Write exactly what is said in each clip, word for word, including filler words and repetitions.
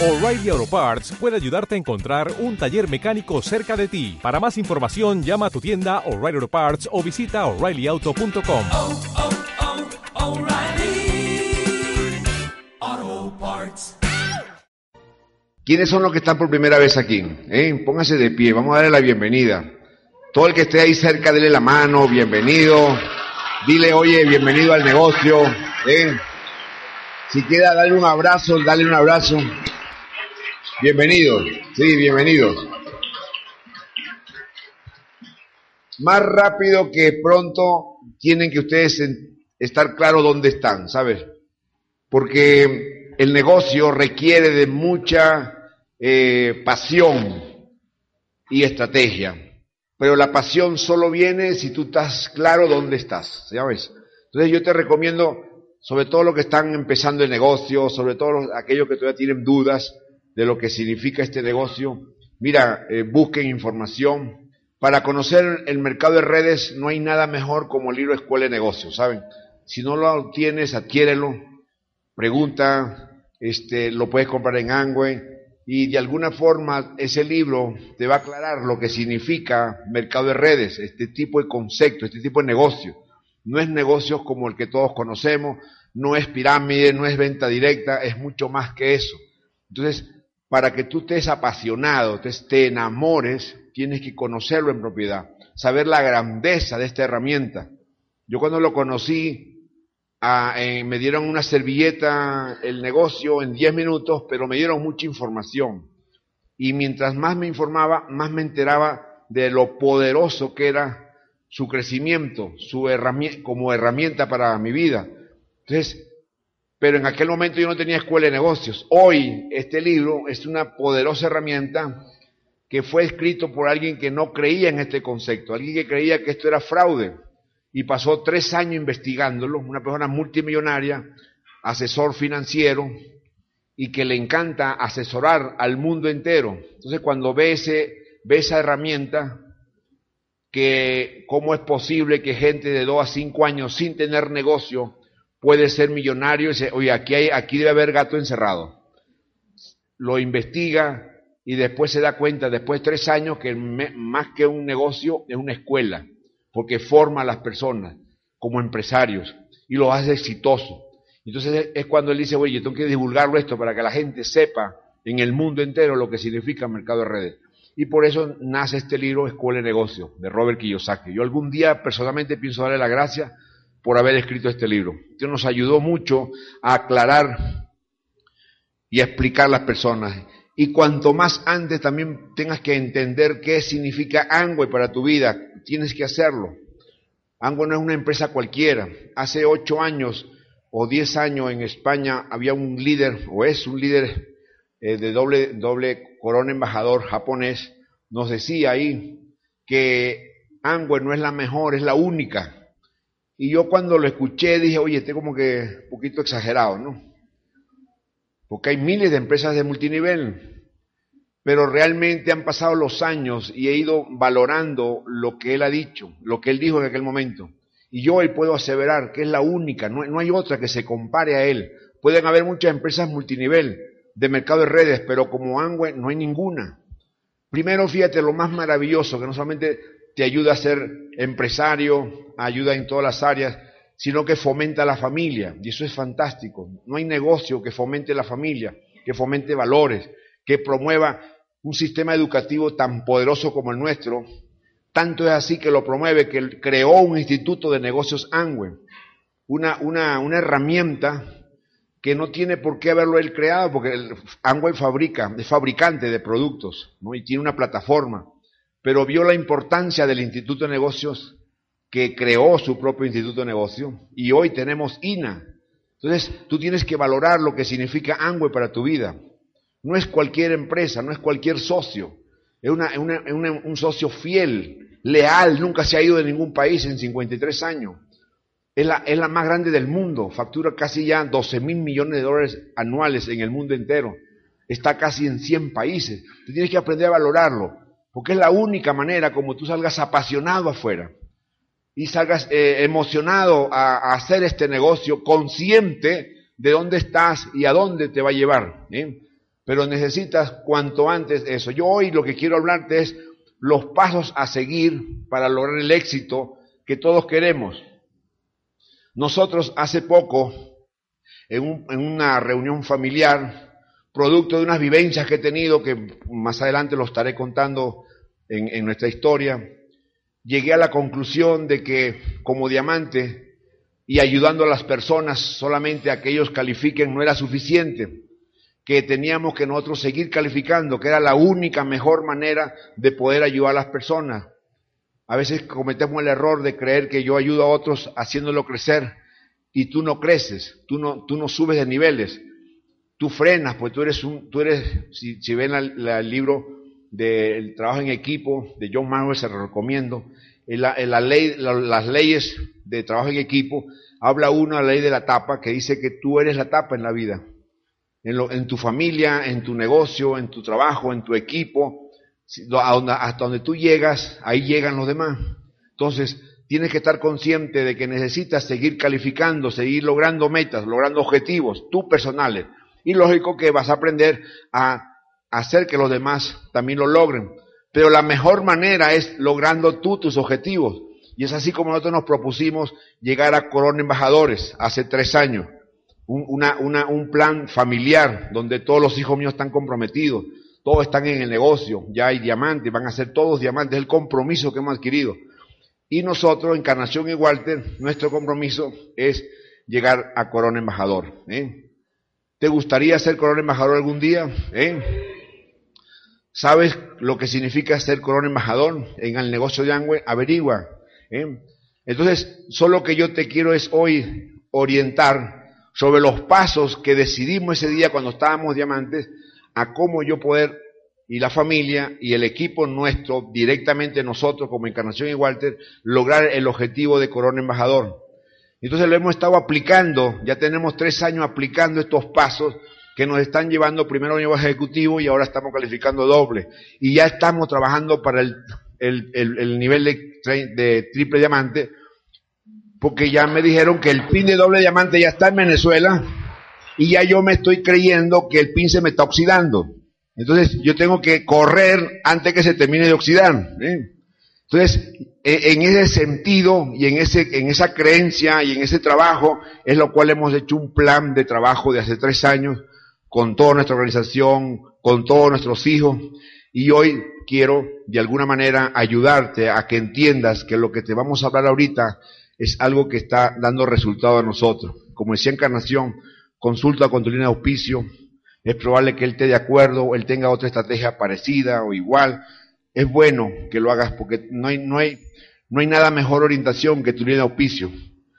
O'Reilly Auto Parts puede ayudarte a encontrar un taller mecánico cerca de ti. Para más información, llama a tu tienda O'Reilly Auto Parts o visita O'Reilly Auto punto com. Oh, oh, oh, O'Reilly Auto Parts. ¿Quiénes son los que están por primera vez aquí? ¿Eh? Pónganse de pie, vamos a darle la bienvenida. Todo el que esté ahí cerca, dele la mano, bienvenido. Dile, oye, bienvenido al negocio. ¿Eh? Si quiera darle un abrazo, dale un abrazo. Bienvenidos, sí, bienvenidos. Más rápido que pronto tienen que ustedes estar claros dónde están, ¿sabes? Porque el negocio requiere de mucha eh, pasión y estrategia. Pero la pasión solo viene si tú estás claro dónde estás, ¿sabes? Entonces yo te recomiendo, sobre todo los que están empezando el negocio, sobre todo los, aquellos que todavía tienen dudas de lo que significa este negocio, mira, eh, busquen información. Para conocer el mercado de redes no hay nada mejor como el libro Escuela de Negocios, ¿saben? Si no lo tienes, adquiérelo, pregunta, este, lo puedes comprar en Amway, y de alguna forma ese libro te va a aclarar lo que significa mercado de redes, este tipo de concepto, este tipo de negocio. No es negocios como el que todos conocemos, no es pirámide, no es venta directa, es mucho más que eso. Entonces, para que tú estés apasionado, te, te enamores, tienes que conocerlo en propiedad, saber la grandeza de esta herramienta. Yo cuando lo conocí, a, eh, me dieron una servilleta, el negocio en diez minutos, pero me dieron mucha información. Y mientras más me informaba, más me enteraba de lo poderoso que era su crecimiento, su herramienta, como herramienta para mi vida. Entonces, pero en aquel momento yo no tenía escuela de negocios. Hoy este libro es una poderosa herramienta que fue escrito por alguien que no creía en este concepto, alguien que creía que esto era fraude y pasó tres años investigándolo, una persona multimillonaria, asesor financiero y que le encanta asesorar al mundo entero. Entonces cuando ve, ese, ve esa herramienta, que cómo es posible que gente de dos a cinco años sin tener negocio puede ser millonario, y dice, oye, aquí, hay, aquí debe haber gato encerrado. Lo investiga y después se da cuenta, después de tres años, que me, más que un negocio, es una escuela, porque forma a las personas como empresarios y los hace exitosos. Entonces es, es cuando él dice, oye, yo tengo que divulgarlo esto para que la gente sepa en el mundo entero lo que significa el mercado de redes. Y por eso nace este libro, Escuela de Negocios, de Robert Kiyosaki. Yo algún día personalmente pienso darle las gracias por haber escrito este libro. Que nos ayudó mucho a aclarar y a explicar a las personas. Y cuanto más antes también tengas que entender qué significa Amway para tu vida, tienes que hacerlo. Amway no es una empresa cualquiera. Hace ocho años o diez años en España había un líder, o es un líder eh, de doble, doble corona embajador japonés, nos decía ahí que Amway no es la mejor, es la única. Y yo cuando lo escuché dije, oye, este como que un poquito exagerado, ¿no? Porque hay miles de empresas de multinivel, pero realmente han pasado los años y he ido valorando lo que él ha dicho, lo que él dijo en aquel momento. Y yo hoy puedo aseverar que es la única, no, no hay otra que se compare a él. Pueden haber muchas empresas multinivel de mercado de redes, pero como Amway no hay ninguna. Primero, fíjate lo más maravilloso, que no solamente te ayuda a ser empresario, ayuda en todas las áreas, sino que fomenta la familia, y eso es fantástico. No hay negocio que fomente la familia, que fomente valores, que promueva un sistema educativo tan poderoso como el nuestro. Tanto es así que lo promueve, que él creó un instituto de negocios Amway, una, una, una herramienta que no tiene por qué haberlo él creado, porque el Amway fabrica, es fabricante de productos, ¿no? Y tiene una plataforma, pero vio la importancia del Instituto de Negocios, que creó su propio Instituto de Negocios, y hoy tenemos I N A. Entonces, tú tienes que valorar lo que significa Amway para tu vida. No es cualquier empresa, no es cualquier socio, es una, una, una, un socio fiel, leal, nunca se ha ido de ningún país en cincuenta y tres años. Es la, es la más grande del mundo, factura casi ya doce mil millones de dólares anuales en el mundo entero. Está casi en cien países. Tú tienes que aprender a valorarlo, porque es la única manera como tú salgas apasionado afuera y salgas eh, emocionado a, a hacer este negocio, consciente de dónde estás y a dónde te va a llevar, ¿eh? pero necesitas cuanto antes eso. Yo hoy lo que quiero hablarte es los pasos a seguir para lograr el éxito que todos queremos. Nosotros hace poco, en, un, en una reunión familiar, producto de unas vivencias que he tenido, que más adelante lo estaré contando en, en nuestra historia, llegué a la conclusión de que como diamante y ayudando a las personas solamente a que ellos califiquen no era suficiente, que teníamos que nosotros seguir calificando, que era la única mejor manera de poder ayudar a las personas. A veces cometemos el error de creer que yo ayudo a otros haciéndolo crecer y tú no creces, tú no, tú no subes de niveles, tú frenas, pues tú eres un, tú eres, si, si ven la, la, el libro del trabajo en equipo de John Maxwell, se lo recomiendo. En la, en la ley, la, las leyes de trabajo en equipo, habla uno de la ley de la tapa, que dice que tú eres la tapa en la vida, en, lo, en tu familia, en tu negocio, en tu trabajo, en tu equipo. Hasta donde tú llegas, ahí llegan los demás. Entonces, tienes que estar consciente de que necesitas seguir calificando, seguir logrando metas, logrando objetivos, tú personales. Y lógico que vas a aprender a hacer que los demás también lo logren. Pero la mejor manera es logrando tú tus objetivos. Y es así como nosotros nos propusimos llegar a Corona Embajadores hace tres años. Un, una, una, un plan familiar donde todos los hijos míos están comprometidos. Todos están en el negocio, ya hay diamantes, van a ser todos diamantes, es el compromiso que hemos adquirido. Y nosotros, Encarnación y Walter, nuestro compromiso es llegar a Corona Embajador. ¿eh? ¿Te gustaría ser Corona Embajador algún día? ¿eh? ¿Sabes lo que significa ser Corona Embajador en el negocio de Amway? Averigua. ¿eh? Entonces, solo que yo te quiero es hoy orientar sobre los pasos que decidimos ese día cuando estábamos diamantes, a cómo yo poder, y la familia, y el equipo nuestro, directamente nosotros como Encarnación y Walter, lograr el objetivo de Corona Embajador. Entonces lo hemos estado aplicando, ya tenemos tres años aplicando estos pasos que nos están llevando primero a nivel ejecutivo y ahora estamos calificando doble. Y ya estamos trabajando para el, el, el, el nivel de, de triple diamante, porque ya me dijeron que el pin de doble diamante ya está en Venezuela, y ya yo me estoy creyendo que el pin se me está oxidando. Entonces yo tengo que correr antes que se termine de oxidar. ¿eh? Entonces, en ese sentido y en ese, en esa creencia y en ese trabajo es lo cual hemos hecho un plan de trabajo de hace tres años con toda nuestra organización, con todos nuestros hijos. Y hoy quiero de alguna manera ayudarte a que entiendas que lo que te vamos a hablar ahorita es algo que está dando resultado a nosotros. Como decía Encarnación, consulta con tu línea de auspicio, es probable que él esté de acuerdo, él tenga otra estrategia parecida o igual. Es bueno que lo hagas porque no hay, no hay, no hay nada mejor orientación que tu línea de auspicio,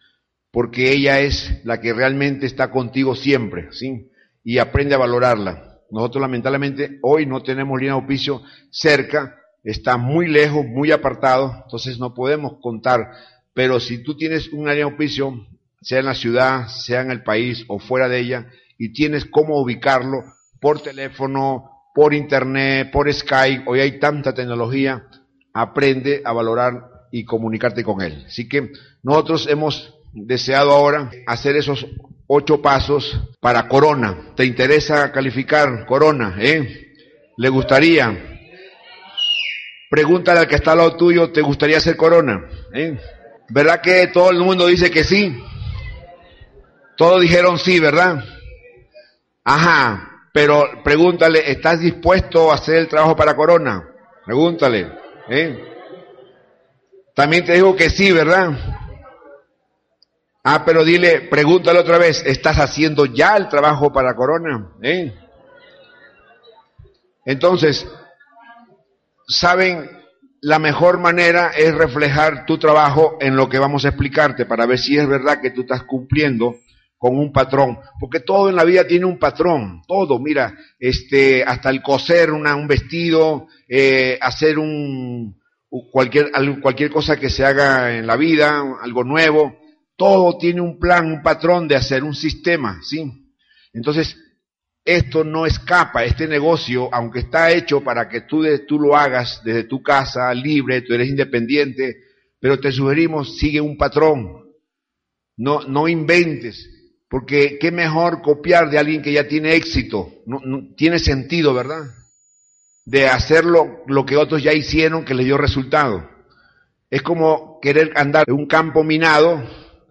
porque ella es la que realmente está contigo siempre, ¿sí? Y aprende a valorarla. Nosotros lamentablemente hoy no tenemos línea de auspicio cerca, está muy lejos, muy apartado, entonces no podemos contar, pero si tú tienes una línea de auspicio, sea en la ciudad, sea en el país o fuera de ella, y tienes cómo ubicarlo por teléfono, por internet, por Skype, hoy hay tanta tecnología, aprende a valorar y comunicarte con él. Así que nosotros hemos deseado ahora hacer esos ocho pasos para Corona. ¿Te interesa calificar Corona? ¿Eh? ¿Le gustaría? Pregúntale al que está al lado tuyo, ¿te gustaría hacer Corona? ¿Eh? ¿Verdad que todo el mundo dice que sí? Todos dijeron sí, ¿verdad? Ajá, pero pregúntale, ¿estás dispuesto a hacer el trabajo para Corona? Pregúntale, ¿eh? También te digo que sí, ¿verdad? Ah, pero dile, pregúntale otra vez, ¿estás haciendo ya el trabajo para Corona? ¿Eh? Entonces, ¿saben? La mejor manera es reflejar tu trabajo en lo que vamos a explicarte para ver si es verdad que tú estás cumpliendo con un patrón, porque todo en la vida tiene un patrón, todo, mira, este, hasta el coser una, un vestido, eh, hacer un, cualquier, cualquier cosa que se haga en la vida, algo nuevo, todo tiene un plan, un patrón de hacer, un sistema, ¿sí? Entonces, esto no escapa, este negocio, aunque está hecho para que tú, de, tú lo hagas desde tu casa, libre, tú eres independiente, pero te sugerimos, sigue un patrón, no, no inventes. Porque qué mejor copiar de alguien que ya tiene éxito, no, no tiene sentido, ¿verdad? De hacerlo lo que otros ya hicieron que les dio resultado. Es como querer andar en un campo minado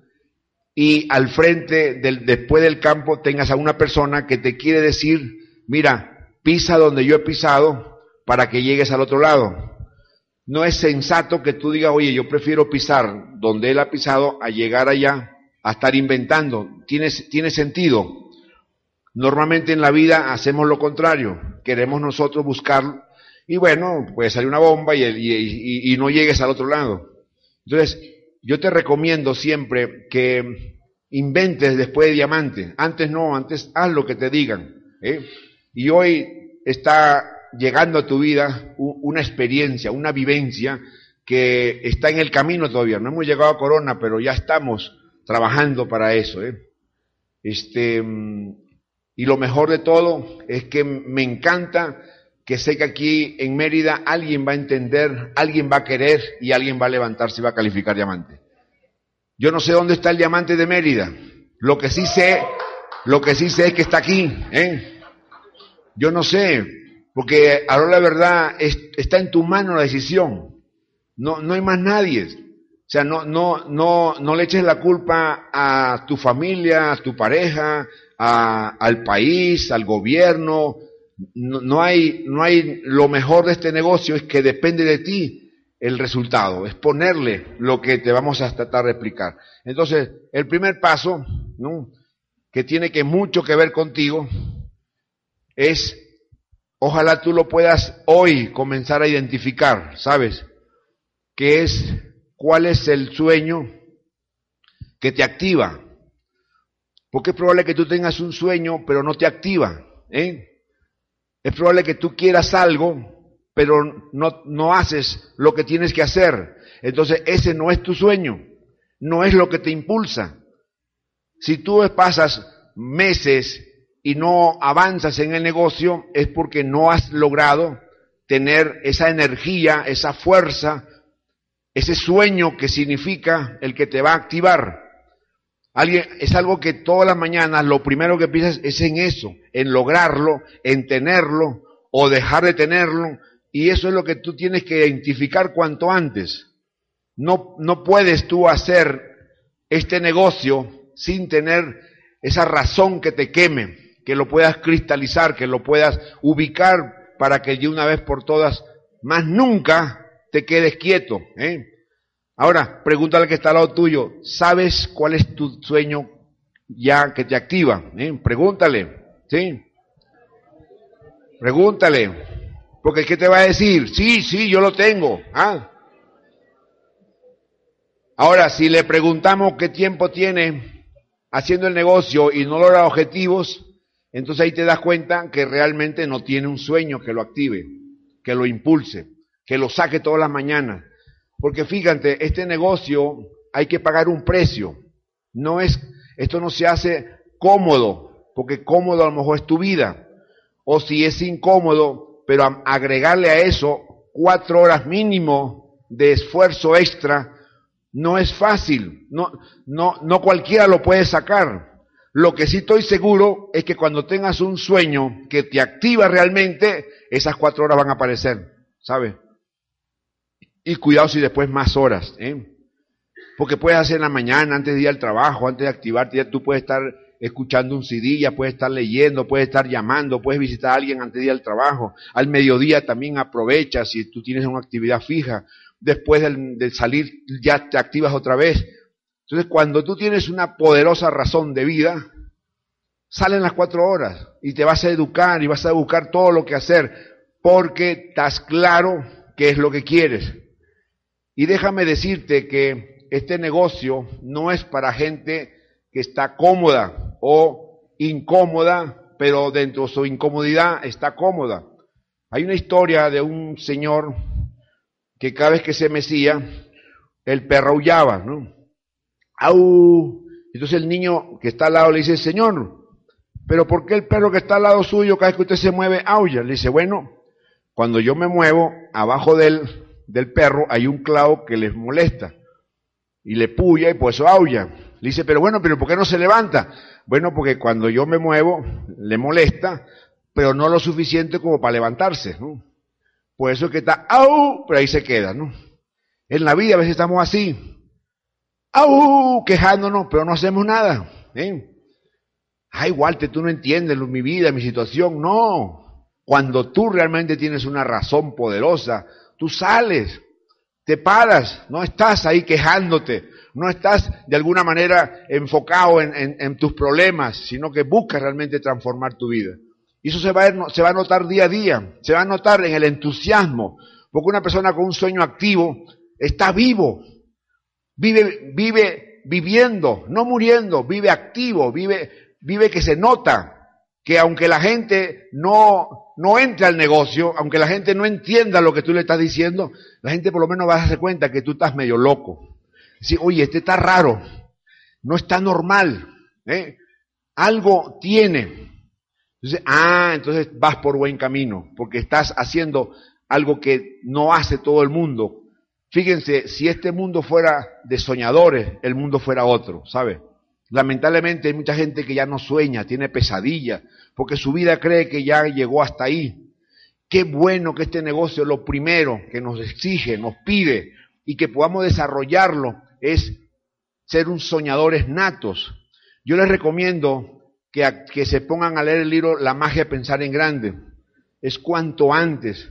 y al frente, del, después del campo, tengas a una persona que te quiere decir, mira, pisa donde yo he pisado para que llegues al otro lado. No es sensato que tú digas, oye, yo prefiero pisar donde él ha pisado a llegar allá a estar inventando. Tiene, tiene sentido. Normalmente en la vida hacemos lo contrario. Queremos nosotros buscar, y bueno, puede salir una bomba y, y, y, y no llegues al otro lado. Entonces, yo te recomiendo siempre que inventes después de diamante. Antes no, antes haz lo que te digan. ¿eh? Y hoy está llegando a tu vida una experiencia, una vivencia que está en el camino todavía. No hemos llegado a Corona, pero ya estamos trabajando para eso. ¿eh? Este, y lo mejor de todo es que me encanta que sé que aquí en Mérida alguien va a entender, alguien va a querer y alguien va a levantarse y va a calificar diamante. Yo no sé dónde está el diamante de Mérida. Lo que sí sé, lo que sí sé es que está aquí. ¿eh? Yo no sé, porque ahora la verdad es, está en tu mano la decisión. No, no hay más nadie. O sea, no, no, no, no le eches la culpa a tu familia, a tu pareja, a, al país, al gobierno. No, no hay, no hay, lo mejor de este negocio es que depende de ti el resultado, es ponerle lo que te vamos a tratar de explicar. Entonces, el primer paso, ¿no? que tiene que mucho que ver contigo, es, ojalá tú lo puedas hoy comenzar a identificar, ¿sabes? Que es, ¿cuál es el sueño que te activa? Porque es probable que tú tengas un sueño, pero no te activa, ¿eh? Es probable que tú quieras algo, pero no, no haces lo que tienes que hacer. Entonces, ese no es tu sueño, no es lo que te impulsa. Si tú pasas meses y no avanzas en el negocio, es porque no has logrado tener esa energía, esa fuerza, ese sueño que significa el que te va a activar. Alguien, es algo que todas las mañanas lo primero que piensas es en eso, en lograrlo, en tenerlo o dejar de tenerlo, y eso es lo que tú tienes que identificar cuanto antes. No, no puedes tú hacer este negocio sin tener esa razón que te queme, que lo puedas cristalizar, que lo puedas ubicar para que de una vez por todas, más nunca te quedes quieto, ¿eh? Ahora, pregúntale al que está al lado tuyo, ¿sabes cuál es tu sueño ya que te activa? ¿Eh? Pregúntale, ¿sí? Pregúntale, porque ¿qué te va a decir? Sí, sí, yo lo tengo. ¿Ah? Ahora, si le preguntamos qué tiempo tiene haciendo el negocio y no logra objetivos, entonces ahí te das cuenta que realmente no tiene un sueño que lo active, que lo impulse, que lo saque todas las mañanas. Porque fíjate, este negocio hay que pagar un precio. No es, esto no se hace cómodo, porque cómodo a lo mejor es tu vida. O si es incómodo, pero agregarle a eso cuatro horas mínimo de esfuerzo extra no es fácil. No, no, no cualquiera lo puede sacar. Lo que sí estoy seguro es que cuando tengas un sueño que te activa realmente, esas cuatro horas van a aparecer, ¿sabes? Y cuidado si después más horas, ¿eh? Porque puedes hacer en la mañana, antes de ir al trabajo, antes de activarte, ya tú puedes estar escuchando un C D, ya puedes estar leyendo, puedes estar llamando, puedes visitar a alguien antes de ir al trabajo. Al mediodía también aprovecha si tú tienes una actividad fija. Después del, del salir ya te activas otra vez. Entonces cuando tú tienes una poderosa razón de vida, salen las cuatro horas y te vas a educar y vas a buscar todo lo que hacer porque estás claro qué es lo que quieres. Y déjame decirte que este negocio no es para gente que está cómoda o incómoda, pero dentro de su incomodidad está cómoda. Hay una historia de un señor que cada vez que se mecía, el perro aullaba, ¿no? ¡Au! Entonces el niño que está al lado le dice, señor, ¿pero por qué el perro que está al lado suyo, cada vez que usted se mueve, aulla? Le dice, bueno, cuando yo me muevo, abajo del, del perro hay un clavo que les molesta y le puya y por eso aulla. Le dice, pero bueno, pero ¿por qué no se levanta? Bueno, porque cuando yo me muevo, le molesta, pero no lo suficiente como para levantarse, ¿no? Por eso es que está, ¡au! Pero ahí se queda, ¿no? En la vida a veces estamos así, ¡au! Quejándonos, pero no hacemos nada, ¿eh? Ay, Walter, tú no entiendes mi vida, mi situación. No, cuando tú realmente tienes una razón poderosa, tú sales, te paras, no estás ahí quejándote, no estás de alguna manera enfocado en, en, en tus problemas, sino que buscas realmente transformar tu vida. Y eso se va, a, se va a notar día a día, se va a notar en el entusiasmo, porque una persona con un sueño activo está vivo, vive, vive viviendo, no muriendo, vive activo, vive, vive que se nota que aunque la gente no, no entre al negocio, aunque la gente no entienda lo que tú le estás diciendo, la gente por lo menos va a darse cuenta que tú estás medio loco. Sí, oye, este está raro, no está normal, ¿eh? Algo tiene. Entonces, ah, entonces vas por buen camino, porque estás haciendo algo que no hace todo el mundo. Fíjense, si este mundo fuera de soñadores, el mundo fuera otro, ¿sabe? Lamentablemente hay mucha gente que ya no sueña, tiene pesadillas, porque su vida cree que ya llegó hasta ahí. Qué bueno que este negocio, lo primero que nos exige, nos pide, y que podamos desarrollarlo, es ser un soñadores natos. Yo les recomiendo que, a, que se pongan a leer el libro La magia de pensar en grande. Es cuanto antes.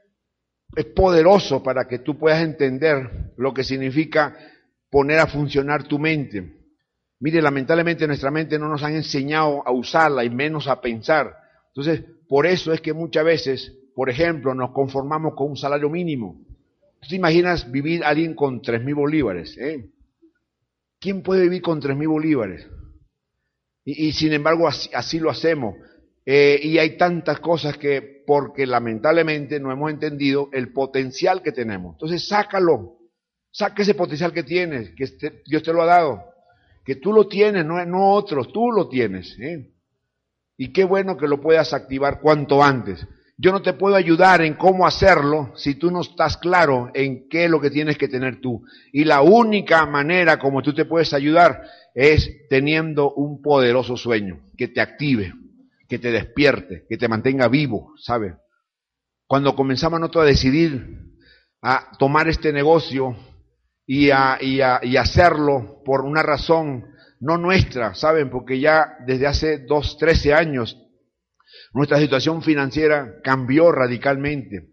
Es poderoso para que tú puedas entender lo que significa poner a funcionar tu mente. Mire, lamentablemente nuestra mente no nos han enseñado a usarla y menos a pensar. Entonces, por eso es que muchas veces, por ejemplo, nos conformamos con un salario mínimo. ¿Tú te imaginas vivir alguien con tres mil bolívares? ¿eh? ¿Quién puede vivir con tres mil bolívares? Y, y sin embargo así, así lo hacemos. Eh, y hay tantas cosas que, porque lamentablemente no hemos entendido el potencial que tenemos. Entonces sácalo, saca ese potencial que tienes, que este, Dios te lo ha dado, que tú lo tienes, no, no otros, tú lo tienes. ¿eh? Y qué bueno que lo puedas activar cuanto antes. Yo no te puedo ayudar en cómo hacerlo si tú no estás claro en qué es lo que tienes que tener tú. Y la única manera como tú te puedes ayudar es teniendo un poderoso sueño que te active, que te despierte, que te mantenga vivo, ¿sabes? Cuando comenzamos nosotros a decidir a tomar este negocio y a, y a, y hacerlo por una razón no nuestra, ¿saben? Porque ya desde hace dos, trece años nuestra situación financiera cambió radicalmente.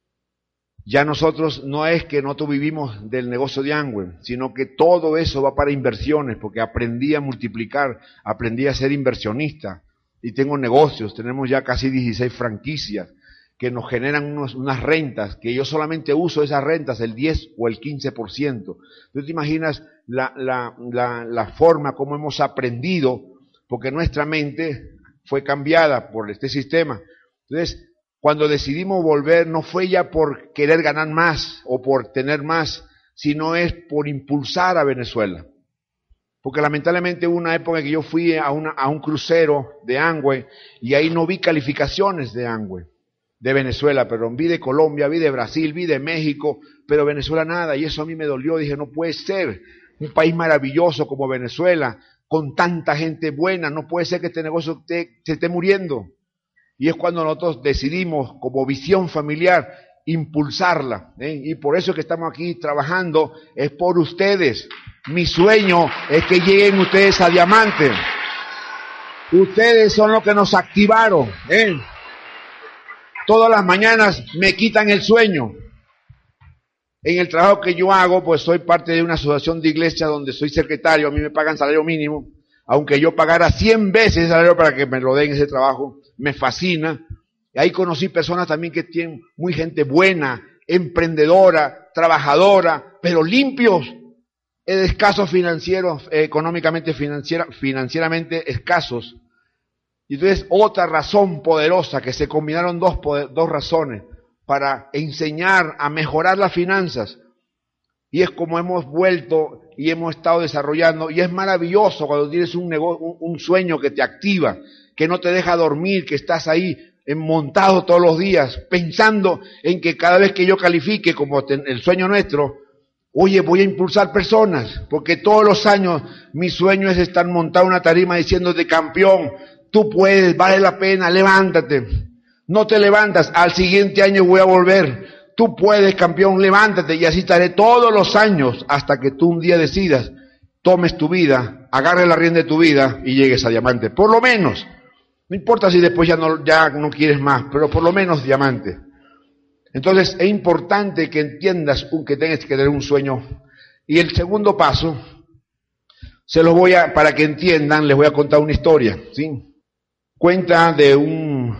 Ya nosotros no es que nosotros vivimos del negocio de Amway, sino que todo eso va para inversiones, porque aprendí a multiplicar, aprendí a ser inversionista y tengo negocios, tenemos ya casi dieciséis franquicias que nos generan unos, unas rentas, que yo solamente uso esas rentas el diez o el quince por ciento. ¿Tú te imaginas la, la, la, la forma como hemos aprendido? Porque nuestra mente fue cambiada por este sistema. Entonces, cuando decidimos volver, no fue ya por querer ganar más o por tener más, sino es por impulsar a Venezuela. Porque lamentablemente hubo una época que yo fui a, una, a un crucero de Amway y ahí no vi calificaciones de Amway, de Venezuela, perdón, vi de Colombia, vi de Brasil, vi de México, pero Venezuela nada, y eso a mí me dolió. Dije, no puede ser, un país maravilloso como Venezuela, con tanta gente buena, no puede ser que este negocio te, se esté muriendo. Y es cuando nosotros decidimos, como visión familiar, impulsarla. ¿eh? Y por eso es que estamos aquí trabajando, es por ustedes. Mi sueño es que lleguen ustedes a diamante. Ustedes son los que nos activaron. ¿eh? Todas las mañanas me quitan el sueño. En el trabajo que yo hago, pues soy parte de una asociación de iglesia donde soy secretario, a mí me pagan salario mínimo, aunque yo pagara cien veces el salario para que me lo den ese trabajo, me fascina. Y ahí conocí personas también que tienen muy gente buena, emprendedora, trabajadora, pero limpios, escasos financieros, eh, económicamente, financiera, financieramente escasos. Y entonces otra razón poderosa, que se combinaron dos, dos razones, para enseñar a mejorar las finanzas. Y es como hemos vuelto y hemos estado desarrollando. Y es maravilloso cuando tienes un, negocio, un sueño que te activa, que no te deja dormir, que estás ahí montado todos los días, pensando en que cada vez que yo califique, como el sueño nuestro, Oye, voy a impulsar personas, porque todos los años mi sueño es estar montado en una tarima diciéndote, campeón, tú puedes, vale la pena, levántate. No te levantas, al siguiente año voy a volver. Tú puedes, campeón, levántate, y así estaré todos los años hasta que tú un día decidas, tomes tu vida, agarres la rienda de tu vida y llegues a diamante. Por lo menos, no importa si después ya no, ya no quieres más, pero por lo menos diamante. Entonces es importante que entiendas que tienes que tener un sueño. Y el segundo paso, se los voy a, para que entiendan, les voy a contar una historia, ¿sí? Cuenta de un,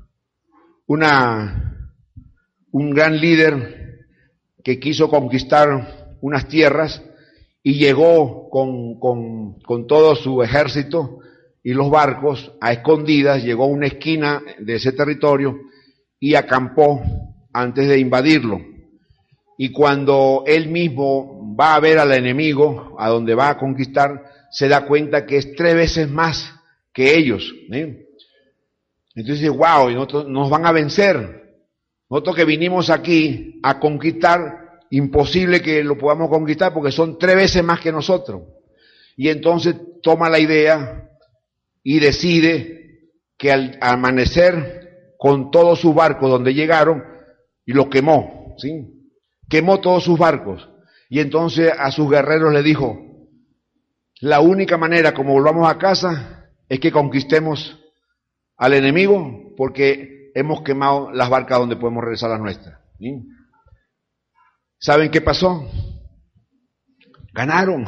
una, un gran líder que quiso conquistar unas tierras y llegó con, con, con todo su ejército y los barcos a escondidas, llegó a una esquina de ese territorio y acampó antes de invadirlo. Y cuando él mismo va a ver al enemigo, a donde va a conquistar, se da cuenta que es tres veces más que ellos, ¿eh? Entonces dice, wow, y nosotros nos van a vencer. Nosotros que vinimos aquí a conquistar, imposible que lo podamos conquistar porque son tres veces más que nosotros. Y entonces toma la idea y decide que al amanecer con todos sus barcos donde llegaron, y lo quemó, ¿sí? Quemó todos sus barcos. Y entonces a sus guerreros le dijo, la única manera como volvamos a casa es que conquistemos al enemigo, porque hemos quemado las barcas donde podemos regresar a las nuestras, ¿sí? ¿Saben qué pasó? Ganaron.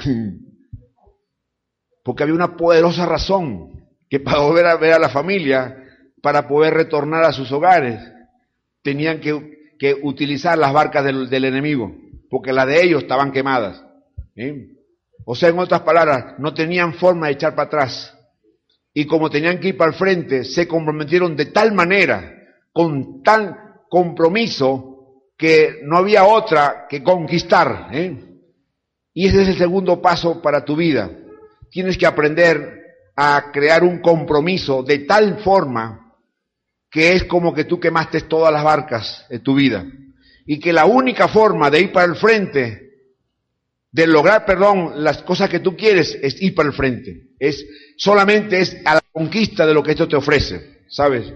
Porque había una poderosa razón, que para volver a ver a la familia, para poder retornar a sus hogares, tenían que que utilizar las barcas del, del enemigo, porque las de ellos estaban quemadas, ¿eh? O sea, en otras palabras, no tenían forma de echar para atrás, y como tenían que ir para el frente, se comprometieron de tal manera, con tal compromiso, que no había otra que conquistar, ¿eh? Y ese es el segundo paso para tu vida. Tienes que aprender a crear un compromiso de tal forma que es como que tú quemaste todas las barcas de tu vida. Y que la única forma de ir para el frente, de lograr, perdón, las cosas que tú quieres, es ir para el frente. Es, solamente es a la conquista de lo que esto te ofrece, ¿sabes?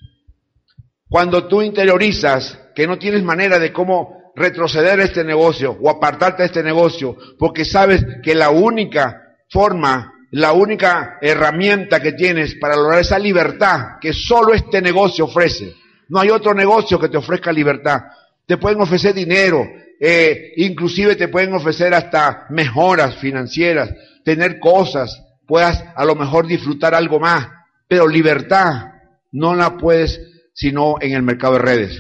Cuando tú interiorizas que no tienes manera de cómo retroceder a este negocio o apartarte de este negocio, porque sabes que la única forma, la única herramienta que tienes para lograr esa libertad que solo este negocio ofrece. No hay otro negocio que te ofrezca libertad. Te pueden ofrecer dinero, eh, inclusive te pueden ofrecer hasta mejoras financieras, tener cosas, puedas a lo mejor disfrutar algo más, pero libertad no la puedes sino en el mercado de redes.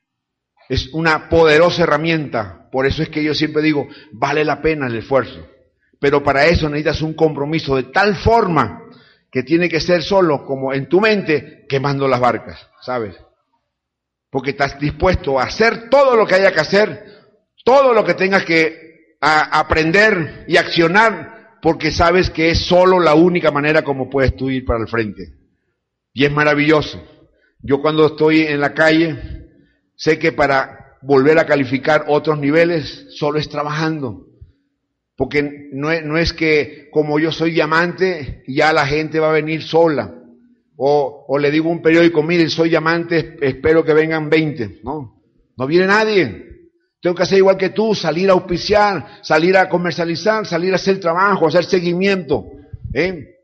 Es una poderosa herramienta, por eso es que yo siempre digo, vale la pena el esfuerzo. Pero para eso necesitas un compromiso de tal forma que tiene que ser solo como en tu mente quemando las barcas, ¿sabes? Porque estás dispuesto a hacer todo lo que haya que hacer, todo lo que tengas que a, aprender y accionar, porque sabes que es solo la única manera como puedes tú ir para el frente. Y es maravilloso. Yo cuando estoy en la calle, sé que para volver a calificar otros niveles, solo es trabajando. Porque no es, no es que como yo soy diamante, ya la gente va a venir sola. O, o le digo a un periódico, miren, soy diamante, espero que vengan veinte. No, no viene nadie. Tengo que hacer igual que tú, salir a auspiciar, salir a comercializar, salir a hacer trabajo, hacer seguimiento. ¿eh?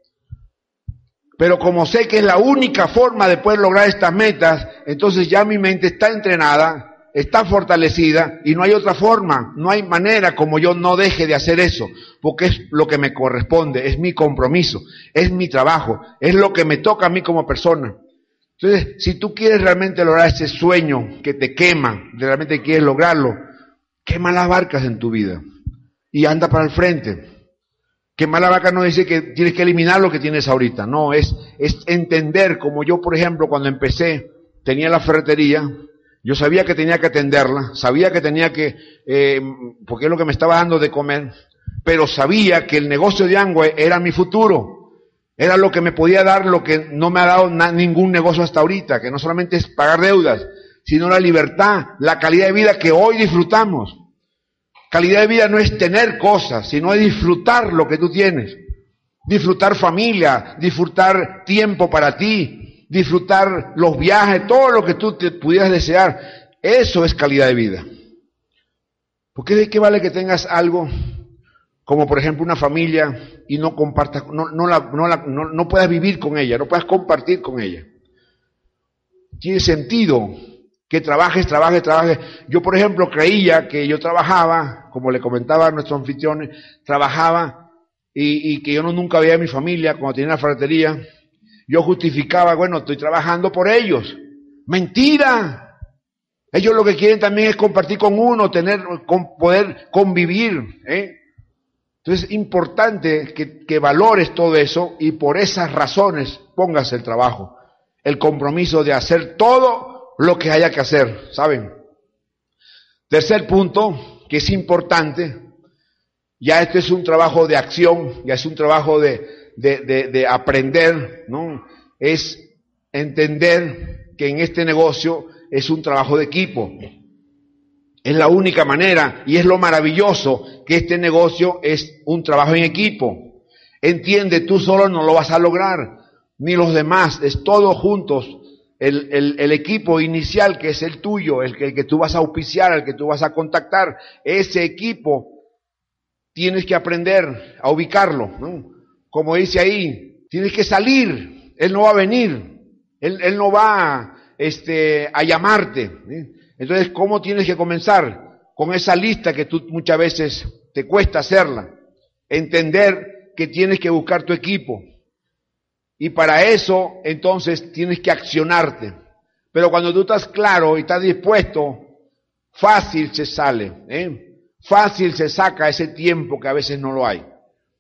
Pero como sé que es la única forma de poder lograr estas metas, entonces ya mi mente está entrenada, está fortalecida y no hay otra forma, no hay manera como yo no deje de hacer eso, porque es lo que me corresponde, es mi compromiso, es mi trabajo, es lo que me toca a mí como persona. Entonces, si tú quieres realmente lograr ese sueño que te quema, realmente quieres lograrlo, quema las barcas en tu vida y anda para el frente. Quemar la barca no dice que tienes que eliminar lo que tienes ahorita, no, es, es entender, como yo por ejemplo cuando empecé, tenía la ferretería. Yo sabía que tenía que atenderla, sabía que tenía que, eh, porque es lo que me estaba dando de comer, pero sabía que el negocio de Amway era mi futuro, era lo que me podía dar lo que no me ha dado na- ningún negocio hasta ahorita, que no solamente es pagar deudas, sino la libertad, la calidad de vida que hoy disfrutamos. Calidad de vida no es tener cosas, sino es disfrutar lo que tú tienes. Disfrutar familia, disfrutar tiempo para ti, disfrutar los viajes, todo lo que tú te pudieras desear. Eso es calidad de vida. Porque ¿de qué vale que tengas algo, como por ejemplo una familia, y no compartas, no, no, la, no, la, no, no puedas vivir con ella, no puedas compartir con ella? Tiene sentido que trabajes, trabajes, trabajes. Yo, por ejemplo, creía que yo trabajaba, como le comentaba a nuestros anfitriones, trabajaba y, y que yo no, nunca veía a mi familia cuando tenía la ferretería. Yo justificaba, bueno, estoy trabajando por ellos. ¡Mentira! Ellos lo que quieren también es compartir con uno, tener, con, poder convivir, ¿eh? Entonces es importante que, que valores todo eso y por esas razones pongas el trabajo, el compromiso de hacer todo lo que haya que hacer, ¿saben? Tercer punto, que es importante, ya este es un trabajo de acción, ya es un trabajo de, de, de, de aprender, ¿no? Es entender que en este negocio es un trabajo de equipo. Es la única manera y es lo maravilloso que este negocio es un trabajo en equipo. Entiende, tú solo no lo vas a lograr, ni los demás, es todos juntos. El, el, el equipo inicial que es el tuyo, el que, el que tú vas a auspiciar, el que tú vas a contactar, ese equipo tienes que aprender a ubicarlo, ¿no? Como dice ahí, tienes que salir, él no va a venir, él, él no va este, a llamarte, ¿sí? Entonces, ¿cómo tienes que comenzar? Con esa lista que tú muchas veces te cuesta hacerla. Entender que tienes que buscar tu equipo. Y para eso, entonces, tienes que accionarte. Pero cuando tú estás claro y estás dispuesto, fácil se sale, ¿eh? Fácil se saca ese tiempo que a veces no lo hay.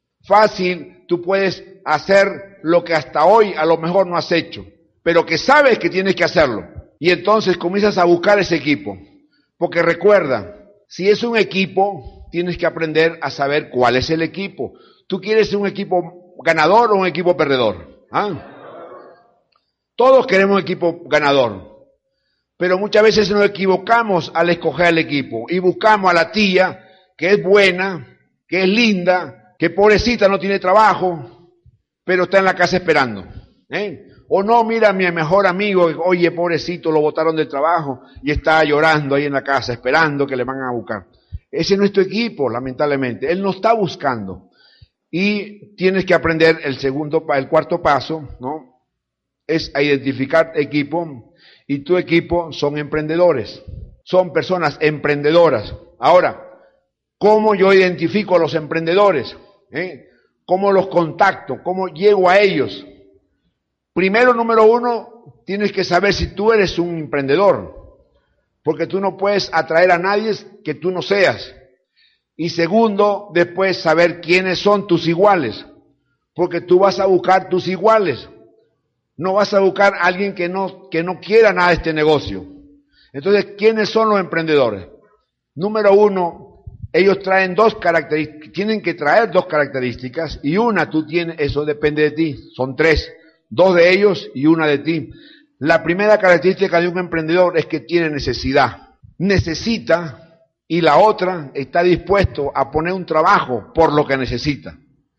Fácil tú puedes hacer lo que hasta hoy a lo mejor no has hecho, pero que sabes que tienes que hacerlo. Y entonces comienzas a buscar ese equipo. Porque recuerda, si es un equipo, tienes que aprender a saber cuál es el equipo. ¿Tú quieres un equipo ganador o un equipo perdedor? ¿Ah? Todos queremos un equipo ganador. Pero muchas veces nos equivocamos al escoger el equipo. Y buscamos a la tía, que es buena, que es linda, que pobrecita no tiene trabajo, pero está en la casa esperando, ¿eh? O no, mira, mi mejor amigo, oye, pobrecito, lo botaron del trabajo y está llorando ahí en la casa, esperando que le van a buscar. Ese es nuestro equipo, lamentablemente. Él no está buscando. Y tienes que aprender el segundo, el cuarto paso, ¿no? Es a identificar equipo. Y tu equipo son emprendedores. Son personas emprendedoras. Ahora, ¿cómo yo identifico a los emprendedores? ¿Eh? ¿Cómo los contacto? ¿Cómo llego a ellos? Primero, número uno, tienes que saber si tú eres un emprendedor, porque tú no puedes atraer a nadie que tú no seas. Y segundo, después saber quiénes son tus iguales, porque tú vas a buscar tus iguales. No vas a buscar a alguien que no, que no quiera nada de este negocio. Entonces, ¿quiénes son los emprendedores? Número uno, ellos traen dos características, tienen que traer dos características, y una tú tienes, eso depende de ti, son tres. Dos de ellos y una de ti. La primera característica de un emprendedor es que tiene necesidad. Necesita, y la otra está dispuesto a poner un trabajo por lo que necesita.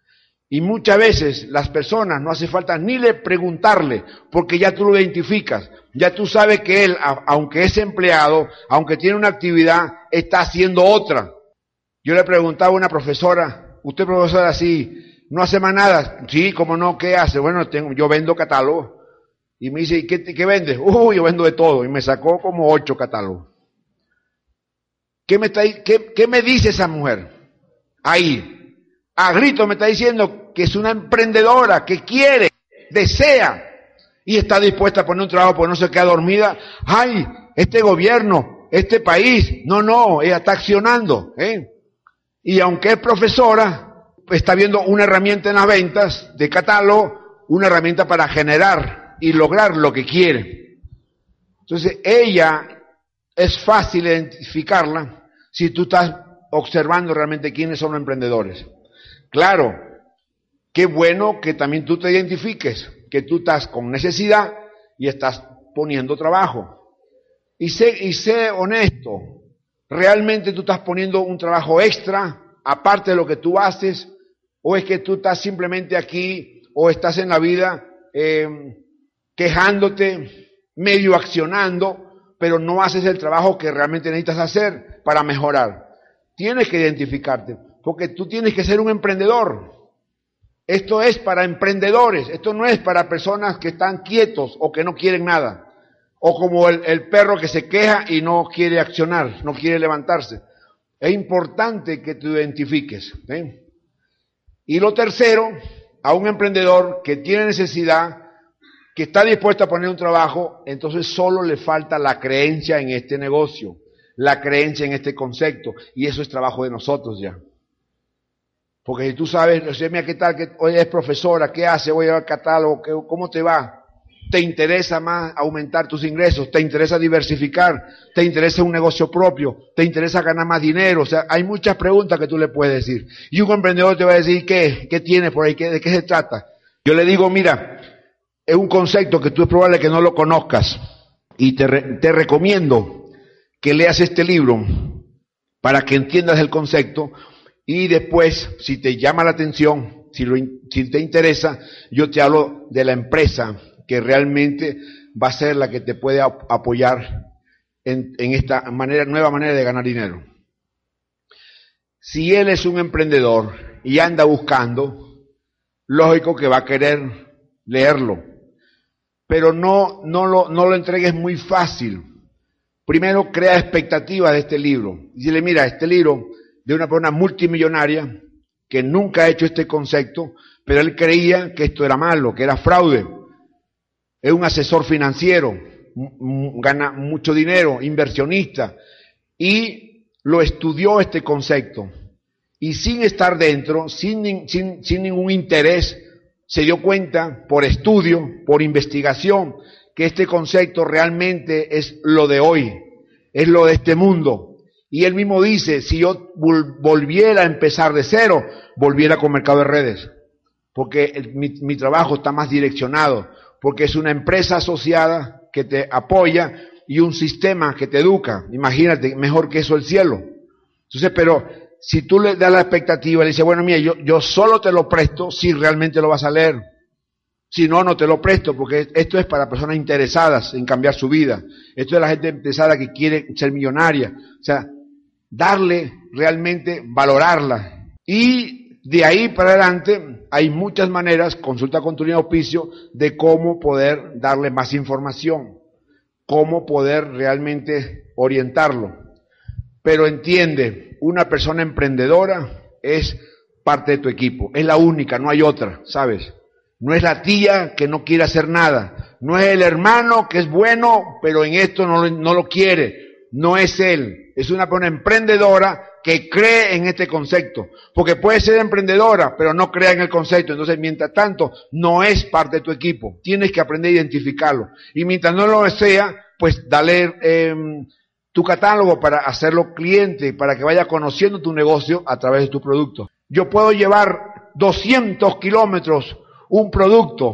Y muchas veces las personas no hace falta ni le preguntarle, porque ya tú lo identificas. Ya tú sabes que él, aunque es empleado, aunque tiene una actividad, está haciendo otra. Yo le preguntaba a una profesora, usted profesora, sí, no hace más nada. Sí, ¿cómo no? ¿Qué hace? Bueno, tengo, yo vendo catálogos. Y me dice, ¿y qué, qué vendes? Uy, yo vendo de todo. Y me sacó como ocho catálogos. ¿Qué me, está, qué, qué me dice esa mujer? Ahí, a grito me está diciendo que es una emprendedora, que quiere, desea, y está dispuesta a poner un trabajo porque no se queda dormida. ¡Ay, este gobierno, este país! No, no, ella está accionando, ¿eh? Y aunque es profesora, está viendo una herramienta en las ventas de catálogo, una herramienta para generar y lograr lo que quiere. Entonces, ella es fácil identificarla si tú estás observando realmente quiénes son los emprendedores. Claro, qué bueno que también tú te identifiques, que tú estás con necesidad y estás poniendo trabajo. Y sé, y sé honesto, ¿Realmente tú estás poniendo un trabajo extra, aparte de lo que tú haces? ¿O es que tú estás simplemente aquí, o estás en la vida eh, quejándote, medio accionando, pero no haces el trabajo que realmente necesitas hacer para mejorar? Tienes que identificarte, porque tú tienes que ser un emprendedor. Esto es para emprendedores, esto no es para personas que están quietos o que no quieren nada. O como el, el perro que se queja y no quiere accionar, no quiere levantarse. Es importante que tú identifiques. ¿eh? Y lo tercero, a un emprendedor que tiene necesidad, que está dispuesto a poner un trabajo, entonces solo le falta la creencia en este negocio, la creencia en este concepto, y eso es trabajo de nosotros ya. Porque si tú sabes, o sea, mira, ¿qué tal? Que hoy es profesora, ¿qué hace? Voy al catálogo, ¿qué, ¿cómo te va? ¿Te interesa más aumentar tus ingresos? ¿Te interesa diversificar? ¿Te interesa un negocio propio? ¿Te interesa ganar más dinero? O sea, hay muchas preguntas que tú le puedes decir. Y un emprendedor te va a decir, ¿qué? ¿Qué tienes por ahí? ¿Qué, ¿De qué se trata? Yo le digo, mira, es un concepto que tú es probable que no lo conozcas. Y te, re, te recomiendo que leas este libro para que entiendas el concepto. Y después, si te llama la atención, si, lo, si te interesa, yo te hablo de la empresa que realmente va a ser la que te puede apoyar en, en esta manera, nueva manera de ganar dinero. Si él es un emprendedor y anda buscando, lógico que va a querer leerlo, pero no, no, lo, no lo entregues muy fácil. Primero crea expectativas de este libro. Y dile, mira, este libro de una persona multimillonaria que nunca ha hecho este concepto, pero él creía que esto era malo, que era fraude. Es un asesor financiero, gana mucho dinero, inversionista, y lo estudió este concepto. Y sin estar dentro, sin, sin, sin ningún interés, se dio cuenta por estudio, por investigación, que este concepto realmente es lo de hoy, es lo de este mundo. Y él mismo dice, si yo volviera a empezar de cero, volviera con mercado de redes, porque el, mi, mi trabajo está más direccionado, porque es una empresa asociada que te apoya y un sistema que te educa. Imagínate, mejor que eso el cielo. Entonces, pero si tú le das la expectativa, le dices, bueno, mira, yo, yo solo te lo presto si realmente lo vas a leer. Si no, no te lo presto, porque esto es para personas interesadas en cambiar su vida. Esto es la gente interesada que quiere ser millonaria. O sea, darle realmente, valorarla. Y de ahí para adelante hay muchas maneras, consulta con tu línea de auspicio, de cómo poder darle más información, cómo poder realmente orientarlo. Pero entiende, una persona emprendedora es parte de tu equipo, es la única, no hay otra, ¿sabes? No es la tía que no quiere hacer nada, no es el hermano que es bueno, pero en esto no, no lo quiere, no es él, es una persona emprendedora que cree en este concepto, porque puede ser emprendedora, pero no crea en el concepto. Entonces, mientras tanto, no es parte de tu equipo. Tienes que aprender a identificarlo. Y mientras no lo sea, pues dale eh, tu catálogo para hacerlo cliente, para que vaya conociendo tu negocio a través de tu producto. Yo puedo llevar doscientos kilómetros un producto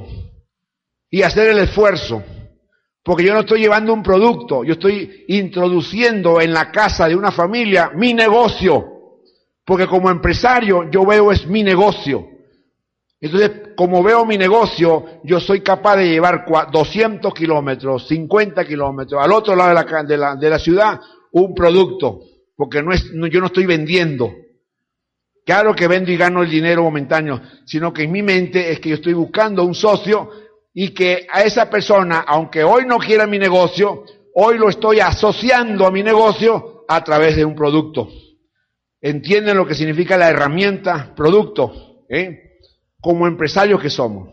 y hacer el esfuerzo, porque yo no estoy llevando un producto, yo estoy introduciendo en la casa de una familia mi negocio, porque como empresario yo veo es mi negocio. Entonces, como veo mi negocio, yo soy capaz de llevar doscientos kilómetros, cincuenta kilómetros, al otro lado de la, de la, de la ciudad, un producto, porque no es, no, yo no estoy vendiendo. Claro que vendo y gano el dinero momentáneo, sino que en mi mente es que yo estoy buscando un socio y que a esa persona, aunque hoy no quiera mi negocio, hoy lo estoy asociando a mi negocio a través de un producto. ¿Entienden lo que significa la herramienta producto? ¿Eh? Como empresarios que somos.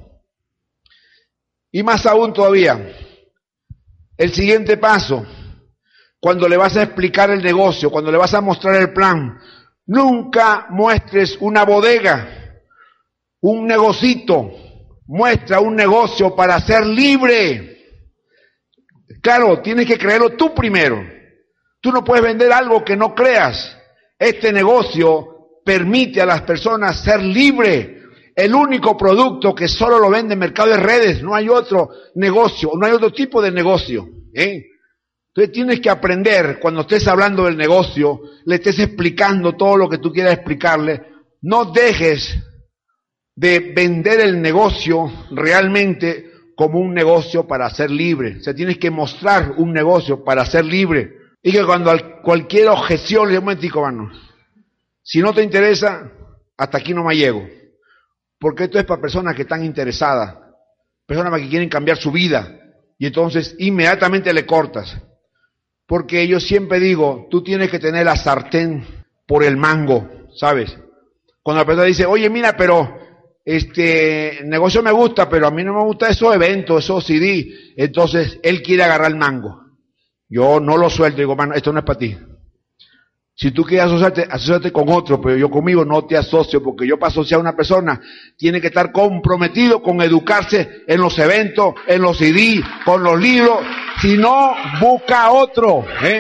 Y más aún todavía, el siguiente paso, cuando le vas a explicar el negocio, cuando le vas a mostrar el plan, nunca muestres una bodega, un negocito. Muestra un negocio para ser libre. Claro, tienes que creerlo tú primero. Tú no puedes vender algo que no creas. Este negocio permite a las personas ser libres. El único producto que solo lo vende en mercado de redes. No hay otro negocio, no hay otro tipo de negocio. ¿eh? Entonces tienes que aprender, cuando estés hablando del negocio, le estés explicando todo lo que tú quieras explicarle, no dejes de vender el negocio realmente como un negocio para ser libre. O sea, tienes que mostrar un negocio para ser libre. Y que cuando cualquier objeción, le digo, un momentico, mano, si no te interesa, hasta aquí no me llego. Porque esto es para personas que están interesadas, personas que quieren cambiar su vida. Y entonces inmediatamente le cortas. Porque yo siempre digo, tú tienes que tener la sartén por el mango, ¿sabes? Cuando la persona dice, oye, mira, pero este negocio me gusta, pero a mí no me gusta esos eventos, esos C D. Entonces, él quiere agarrar el mango. Yo no lo suelto, digo, mano, esto no es para ti. Si tú quieres asociarte, asociate con otro, pero yo conmigo no te asocio, porque yo para asociar a una persona tiene que estar comprometido con educarse en los eventos, en los C D, con los libros. Si no, busca otro, ¿eh?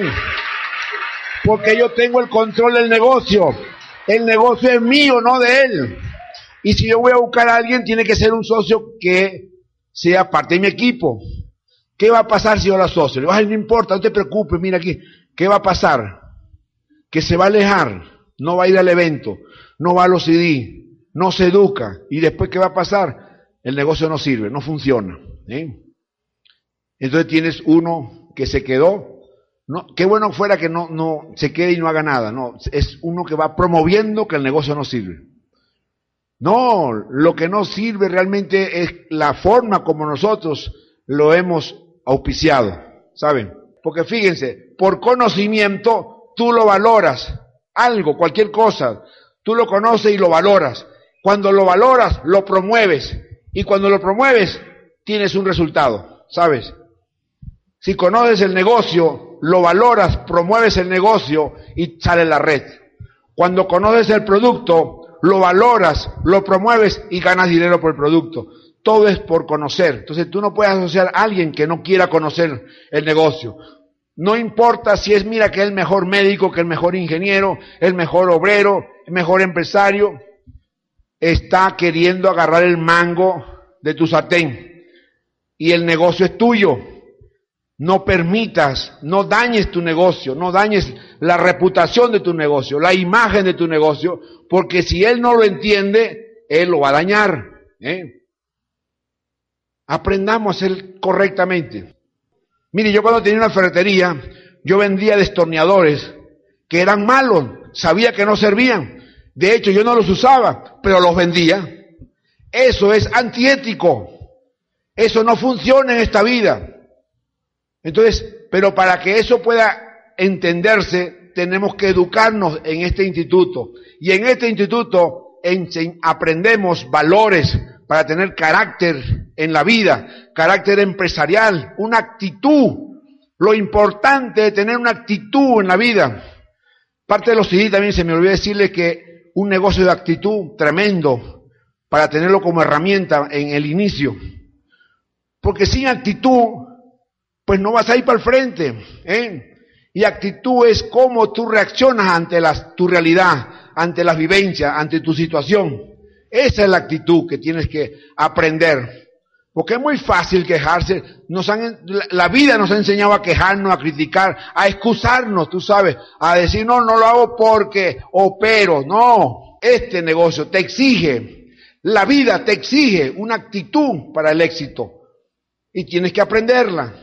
Porque yo tengo el control del negocio. El negocio es mío, no de él. Y si yo voy a buscar a alguien, tiene que ser un socio que sea parte de mi equipo. ¿Qué va a pasar si yo lo asocio? Le digo, ay, no importa, no te preocupes, mira aquí. ¿Qué va a pasar? Que se va a alejar, no va a ir al evento, no va a los C D, no se educa. ¿Y después qué va a pasar? El negocio no sirve, no funciona, ¿eh? Entonces tienes uno que se quedó. No, qué bueno fuera que no, no se quede y no haga nada. No, es uno que va promoviendo que el negocio no sirve. No, lo que no sirve realmente es la forma como nosotros lo hemos auspiciado, ¿saben? Porque fíjense, por conocimiento tú lo valoras, algo, cualquier cosa, tú lo conoces y lo valoras. Cuando lo valoras, lo promueves, y cuando lo promueves, tienes un resultado, ¿sabes? Si conoces el negocio, lo valoras, promueves el negocio y sale la red. Cuando conoces el producto, lo valoras, lo promueves y ganas dinero por el producto. Todo es por conocer. Entonces tú no puedes asociar a alguien que no quiera conocer el negocio. No importa si es, mira, que es el mejor médico, que el mejor ingeniero, el mejor obrero, el mejor empresario, está queriendo agarrar el mango de tu sartén y el negocio es tuyo. No permitas, no dañes tu negocio, no dañes la reputación de tu negocio, la imagen de tu negocio, porque si él no lo entiende, él lo va a dañar, ¿eh? Aprendamos a hacer correctamente. Mire, yo cuando tenía una ferretería, yo vendía destornilladores que eran malos, sabía que no servían. De hecho, yo no los usaba, pero los vendía. Eso es antiético. Eso no funciona en esta vida. Entonces, pero para que eso pueda entenderse, tenemos que educarnos en este instituto. Y en este instituto aprendemos valores para tener carácter en la vida, carácter empresarial, una actitud. Lo importante es tener una actitud en la vida. Parte de los C D también se me olvidó decirles que un negocio de actitud tremendo para tenerlo como herramienta en el inicio. Porque sin actitud, pues no vas a ir para el frente, ¿eh? Y actitud es cómo tú reaccionas ante la, tu realidad, ante las vivencias, ante tu situación. Esa es la actitud que tienes que aprender. Porque es muy fácil quejarse. Nos han, la, la vida nos ha enseñado a quejarnos, a criticar, a excusarnos, tú sabes, a decir, no, no lo hago porque, o pero, no. Este negocio te exige, la vida te exige una actitud para el éxito. Y tienes que aprenderla.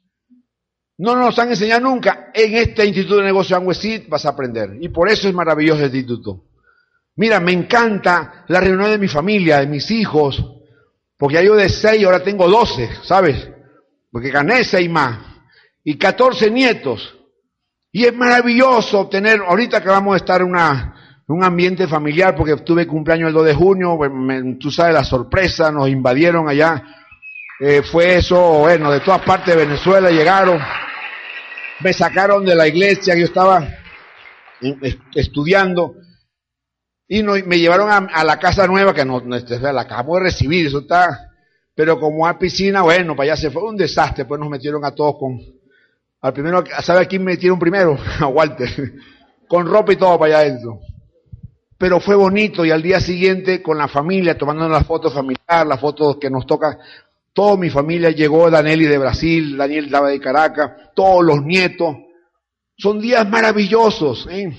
No nos han enseñado nunca. En este Instituto de Negocio Amway vas a aprender. Y por eso es maravilloso este instituto. Mira, me encanta la reunión de mi familia, de mis hijos. Porque ya yo de seis, ahora tengo doce, ¿sabes? Porque gané seis más. Y catorce nietos. Y es maravilloso tener, ahorita que vamos a estar en una, un ambiente familiar, porque tuve cumpleaños el dos de junio, pues me, tú sabes la sorpresa, nos invadieron allá. Eh, fue eso, bueno, de todas partes de Venezuela llegaron. Me sacaron de la iglesia, yo estaba estudiando, y no, me llevaron a, a la casa nueva, que no, la acabamos de recibir, eso está, pero como hay piscina, bueno, para allá se fue un desastre, pues nos metieron a todos con, al primero, ¿sabe a quién metieron primero? A Walter, con ropa y todo para allá adentro. Pero fue bonito, y al día siguiente con la familia, tomando las fotos familiares, las fotos que nos toca. toda mi familia llegó, Danieli de Brasil, Daniel estaba de Caracas, todos los nietos. Son días maravillosos, ¿eh?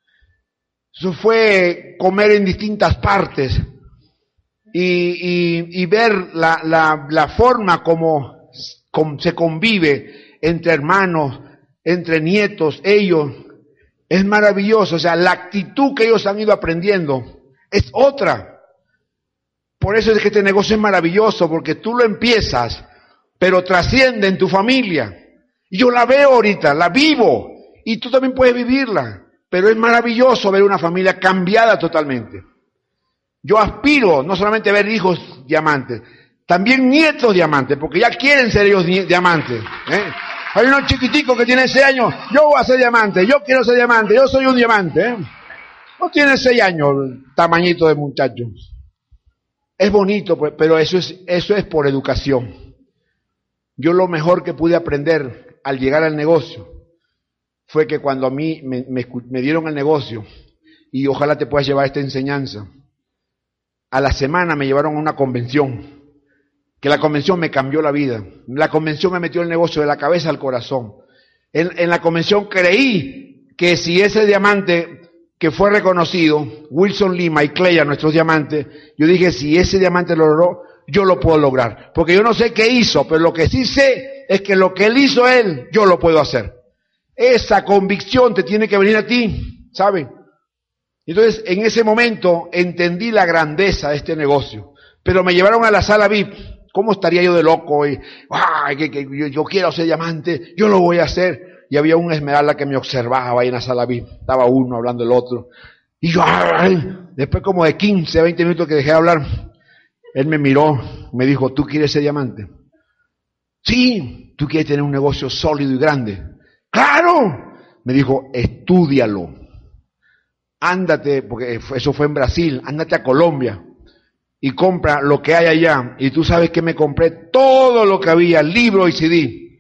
Eso fue comer en distintas partes y, y, y ver la, la, la forma como, como se convive entre hermanos, entre nietos, ellos. Es maravilloso, o sea, la actitud que ellos han ido aprendiendo es otra. Por eso es que este negocio es maravilloso, porque tú lo empiezas, pero trasciende en tu familia. Y yo la veo ahorita, la vivo, y tú también puedes vivirla. Pero es maravilloso ver una familia cambiada totalmente. Yo aspiro no solamente a ver hijos diamantes, también nietos diamantes, porque ya quieren ser ellos diamantes, ¿eh? Hay unos chiquiticos que tienen seis años, yo voy a ser diamante, yo quiero ser diamante, yo soy un diamante, ¿eh? No tiene seis años, tamañito de muchacho. Es bonito, pues, pero eso es, eso es por educación. Yo lo mejor que pude aprender al llegar al negocio fue que cuando a mí me, me, me dieron el negocio, y ojalá te puedas llevar esta enseñanza, a la semana me llevaron a una convención, que la convención me cambió la vida. La convención me metió el negocio de la cabeza al corazón. En, en la convención creí que si ese diamante que fue reconocido, Wilson Lima y Cleya, nuestros diamantes, yo dije, si ese diamante lo logró, yo lo puedo lograr. Porque yo no sé qué hizo, pero lo que sí sé es que lo que él hizo él, yo lo puedo hacer. Esa convicción te tiene que venir a ti, ¿saben? Entonces, en ese momento entendí la grandeza de este negocio. Pero me llevaron a la sala V I P. ¿Cómo estaría yo de loco? Y, ¡ay, que, que yo, yo quiero ser diamante, yo lo voy a hacer! Y había un esmeralda que me observaba ahí en la sala V I P. Estaba uno hablando el otro. Y yo, ¡ay! Después como de quince, veinte minutos que dejé de hablar, él me miró, me dijo, ¿tú quieres ser diamante? Sí. ¿Tú quieres tener un negocio sólido y grande? ¡Claro! Me dijo, estúdialo. Ándate, porque eso fue en Brasil, ándate a Colombia y compra lo que hay allá. Y tú sabes que me compré todo lo que había, libros y C D.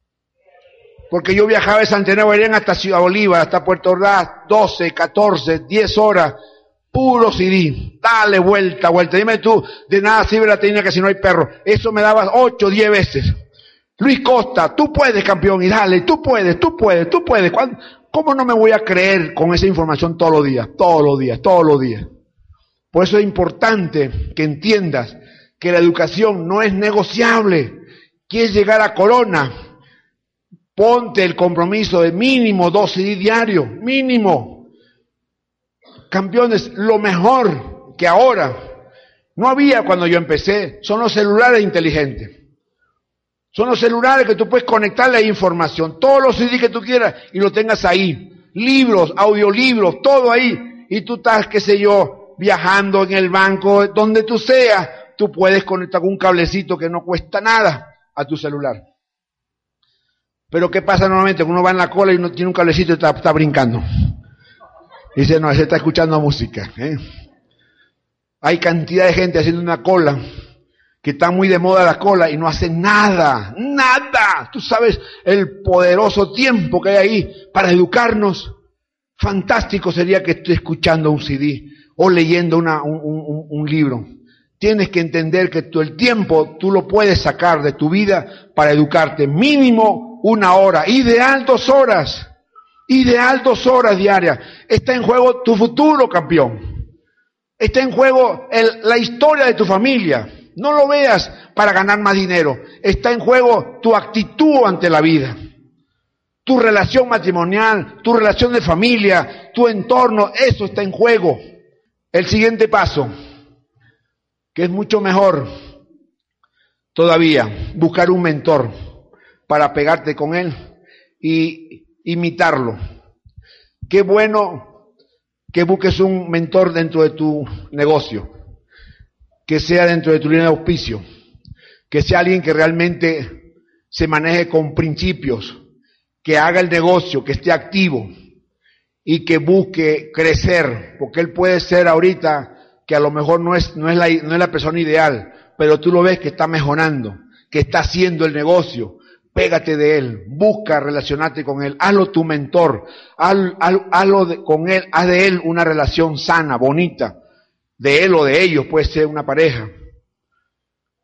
Porque yo viajaba de Santiago de Guairén hasta Ciudad Bolívar, hasta Puerto Ordaz, doce, catorce, diez horas, puro C D. Dale vuelta, vuelta. Dime tú, de nada sirve la técnica si no hay perro. Eso me daba ocho, diez veces. Luis Costa, tú puedes, campeón, y dale, tú puedes, tú puedes, tú puedes. ¿Cómo no me voy a creer con esa información todos los días, todos los días, todos los días? Por eso es importante que entiendas que la educación no es negociable. ¿Quieres llegar a Corona? Ponte el compromiso de mínimo dos C D diarios, mínimo. Campeones, lo mejor que ahora, no había cuando yo empecé, son los celulares inteligentes. Son los celulares que tú puedes conectarle a información, todos los C D que tú quieras y lo tengas ahí. Libros, audiolibros, todo ahí. Y tú estás, qué sé yo, viajando en el banco, donde tú seas, tú puedes conectar con un cablecito que no cuesta nada a tu celular. Pero ¿qué pasa normalmente? Uno va en la cola y uno tiene un cablecito y está, está brincando. Dice, no, ese está escuchando música. ¿eh? Hay cantidad de gente haciendo una cola, que está muy de moda la cola y no hacen nada, nada. Tú sabes el poderoso tiempo que hay ahí para educarnos. Fantástico sería que esté escuchando un C D o leyendo una, un, un, un libro. Tienes que entender que tú, el tiempo tú lo puedes sacar de tu vida para educarte. Mínimo una hora, ideal dos horas, ideal dos horas diarias. Está en juego tu futuro, campeón. Está en juego el, la historia de tu familia. No lo veas para ganar más dinero. Está en juego tu actitud ante la vida. Tu relación matrimonial, tu relación de familia, tu entorno, eso está en juego. El siguiente paso, que es mucho mejor todavía, buscar un mentor para pegarte con él y imitarlo. Qué bueno que busques un mentor dentro de tu negocio, que sea dentro de tu línea de auspicio, que sea alguien que realmente se maneje con principios, que haga el negocio, que esté activo y que busque crecer, porque él puede ser ahorita que a lo mejor no es, no es la, no es la persona ideal, pero tú lo ves que está mejorando, que está haciendo el negocio. Pégate de él, busca relacionarte con él, hazlo tu mentor, haz, haz, hazlo de, con él, haz de él una relación sana, bonita, de él o de ellos, puede ser una pareja.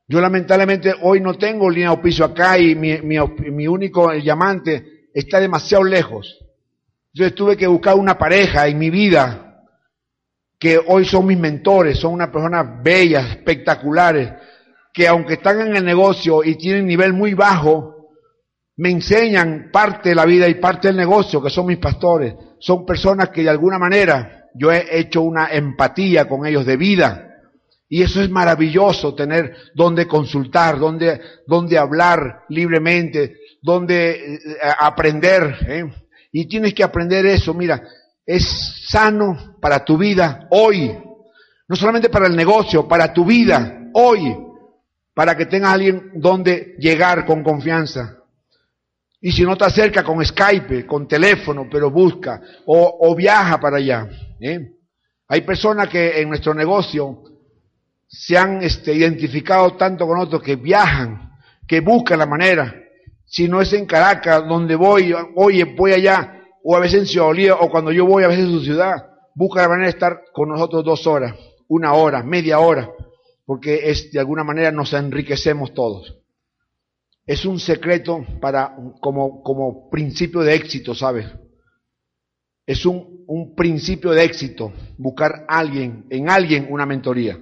Yo lamentablemente hoy no tengo línea de auspicio acá y mi, mi, mi único llamante está demasiado lejos. Entonces tuve que buscar una pareja en mi vida que hoy son mis mentores, son unas personas bellas, espectaculares, que aunque están en el negocio y tienen nivel muy bajo, me enseñan parte de la vida y parte del negocio, que son mis pastores. Son personas que de alguna manera yo he hecho una empatía con ellos de vida. Y eso es maravilloso, tener donde consultar, donde, donde hablar libremente, donde eh, aprender. ¿eh? Y tienes que aprender eso, mira, es sano para tu vida hoy. No solamente para el negocio, para tu vida hoy. Para que tengas a alguien donde llegar con confianza. Y si no te acerca con Skype, con teléfono, pero busca o, o viaja para allá. ¿eh? Hay personas que en nuestro negocio se han este, identificado tanto con otros que viajan, que buscan la manera. Si no es en Caracas, donde voy, oye, voy allá, o a veces en Ciudad Bolívar, o cuando yo voy a veces en su ciudad, busca la manera de estar con nosotros dos horas, una hora, media hora, porque es de alguna manera nos enriquecemos todos. Es un secreto para, como, como principio de éxito, ¿sabes? Es un, un principio de éxito, buscar a alguien, en alguien una mentoría.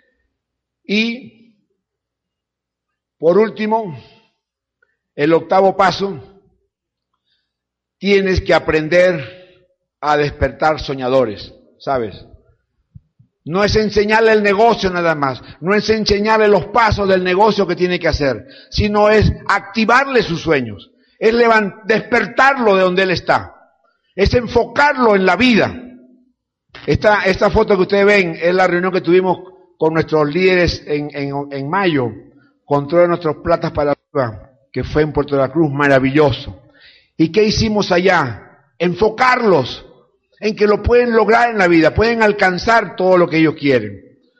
Y, por último, el octavo paso, tienes que aprender a despertar soñadores, ¿sabes? No es enseñarle el negocio nada más, no es enseñarle los pasos del negocio que tiene que hacer, sino es activarle sus sueños, es levant- despertarlo de donde él está, es enfocarlo en la vida. Esta, esta foto que ustedes ven es la reunión que tuvimos con nuestros líderes en, en, en mayo, con todas nuestras platas para arriba, que fue en Puerto de la Cruz, maravilloso. ¿Y qué hicimos allá? Enfocarlos en que lo pueden lograr en la vida, pueden alcanzar todo lo que ellos quieren.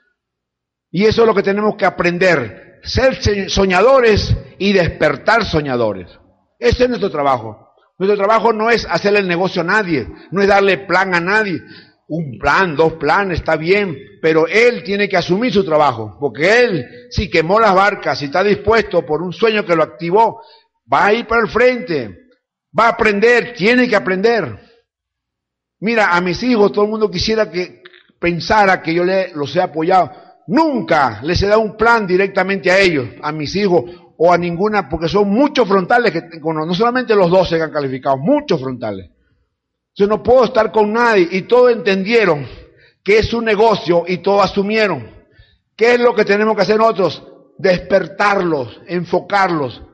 Y eso es lo que tenemos que aprender, ser soñadores y despertar soñadores. Ese es nuestro trabajo. Nuestro trabajo no es hacerle el negocio a nadie, no es darle plan a nadie. Un plan, dos planes, está bien, pero él tiene que asumir su trabajo, porque él, si quemó las barcas, si está dispuesto por un sueño que lo activó, va a ir para el frente, va a aprender, tiene que aprender. Mira, a mis hijos, todo el mundo quisiera que pensara que yo le, los he apoyado. Nunca les he dado un plan directamente a ellos, a mis hijos o a ninguna, porque son muchos frontales, que no solamente los doce que han calificado, muchos frontales. Yo no puedo estar con nadie y todos entendieron que es un negocio y todos asumieron. ¿Qué es lo que tenemos que hacer nosotros? Despertarlos, enfocarlos,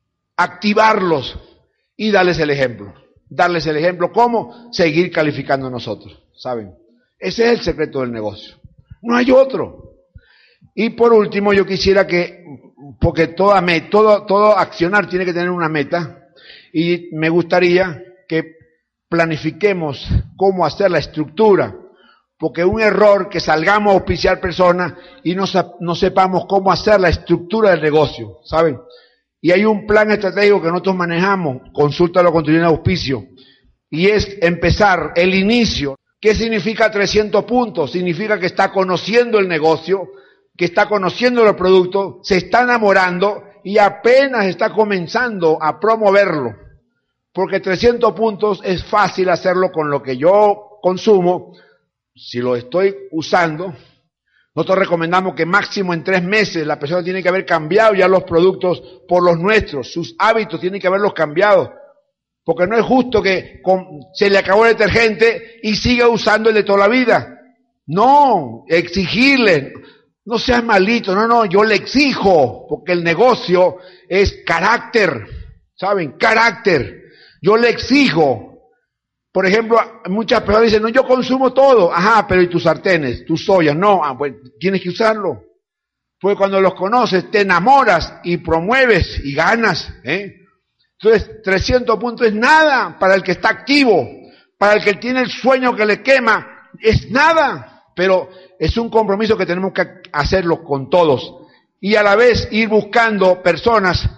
activarlos y darles el ejemplo. Darles el ejemplo, ¿cómo? Seguir calificando nosotros, ¿saben? Ese es el secreto del negocio. No hay otro. Y por último, yo quisiera que, porque toda meta, todo, todo accionar tiene que tener una meta, y me gustaría que planifiquemos cómo hacer la estructura, porque un error que salgamos a auspiciar personas y no, no sepamos cómo hacer la estructura del negocio, ¿saben? Y hay un plan estratégico que nosotros manejamos, consúltalo con tu línea de auspicio, y es empezar el inicio. ¿Qué significa trescientos puntos? Significa que está conociendo el negocio, que está conociendo los productos, se está enamorando y apenas está comenzando a promoverlo. Porque trescientos puntos es fácil hacerlo con lo que yo consumo. Si lo estoy usando, nosotros recomendamos que máximo en tres meses la persona tiene que haber cambiado ya los productos por los nuestros. Sus hábitos tienen que haberlos cambiado. Porque no es justo que con, se le acabó el detergente y siga usando el de toda la vida. No, exigirle, no seas malito, no, no, yo le exijo, porque el negocio es carácter, ¿saben? Carácter. Yo le exijo. Por ejemplo, muchas personas dicen, no, yo consumo todo. Ajá, pero ¿y tus sartenes, tus ollas? No, ah, pues tienes que usarlo. Pues cuando los conoces, te enamoras y promueves y ganas, ¿eh? Entonces, trescientos puntos es nada para el que está activo, para el que tiene el sueño que le quema, es nada, pero es un compromiso que tenemos que hacerlo con todos y a la vez ir buscando personas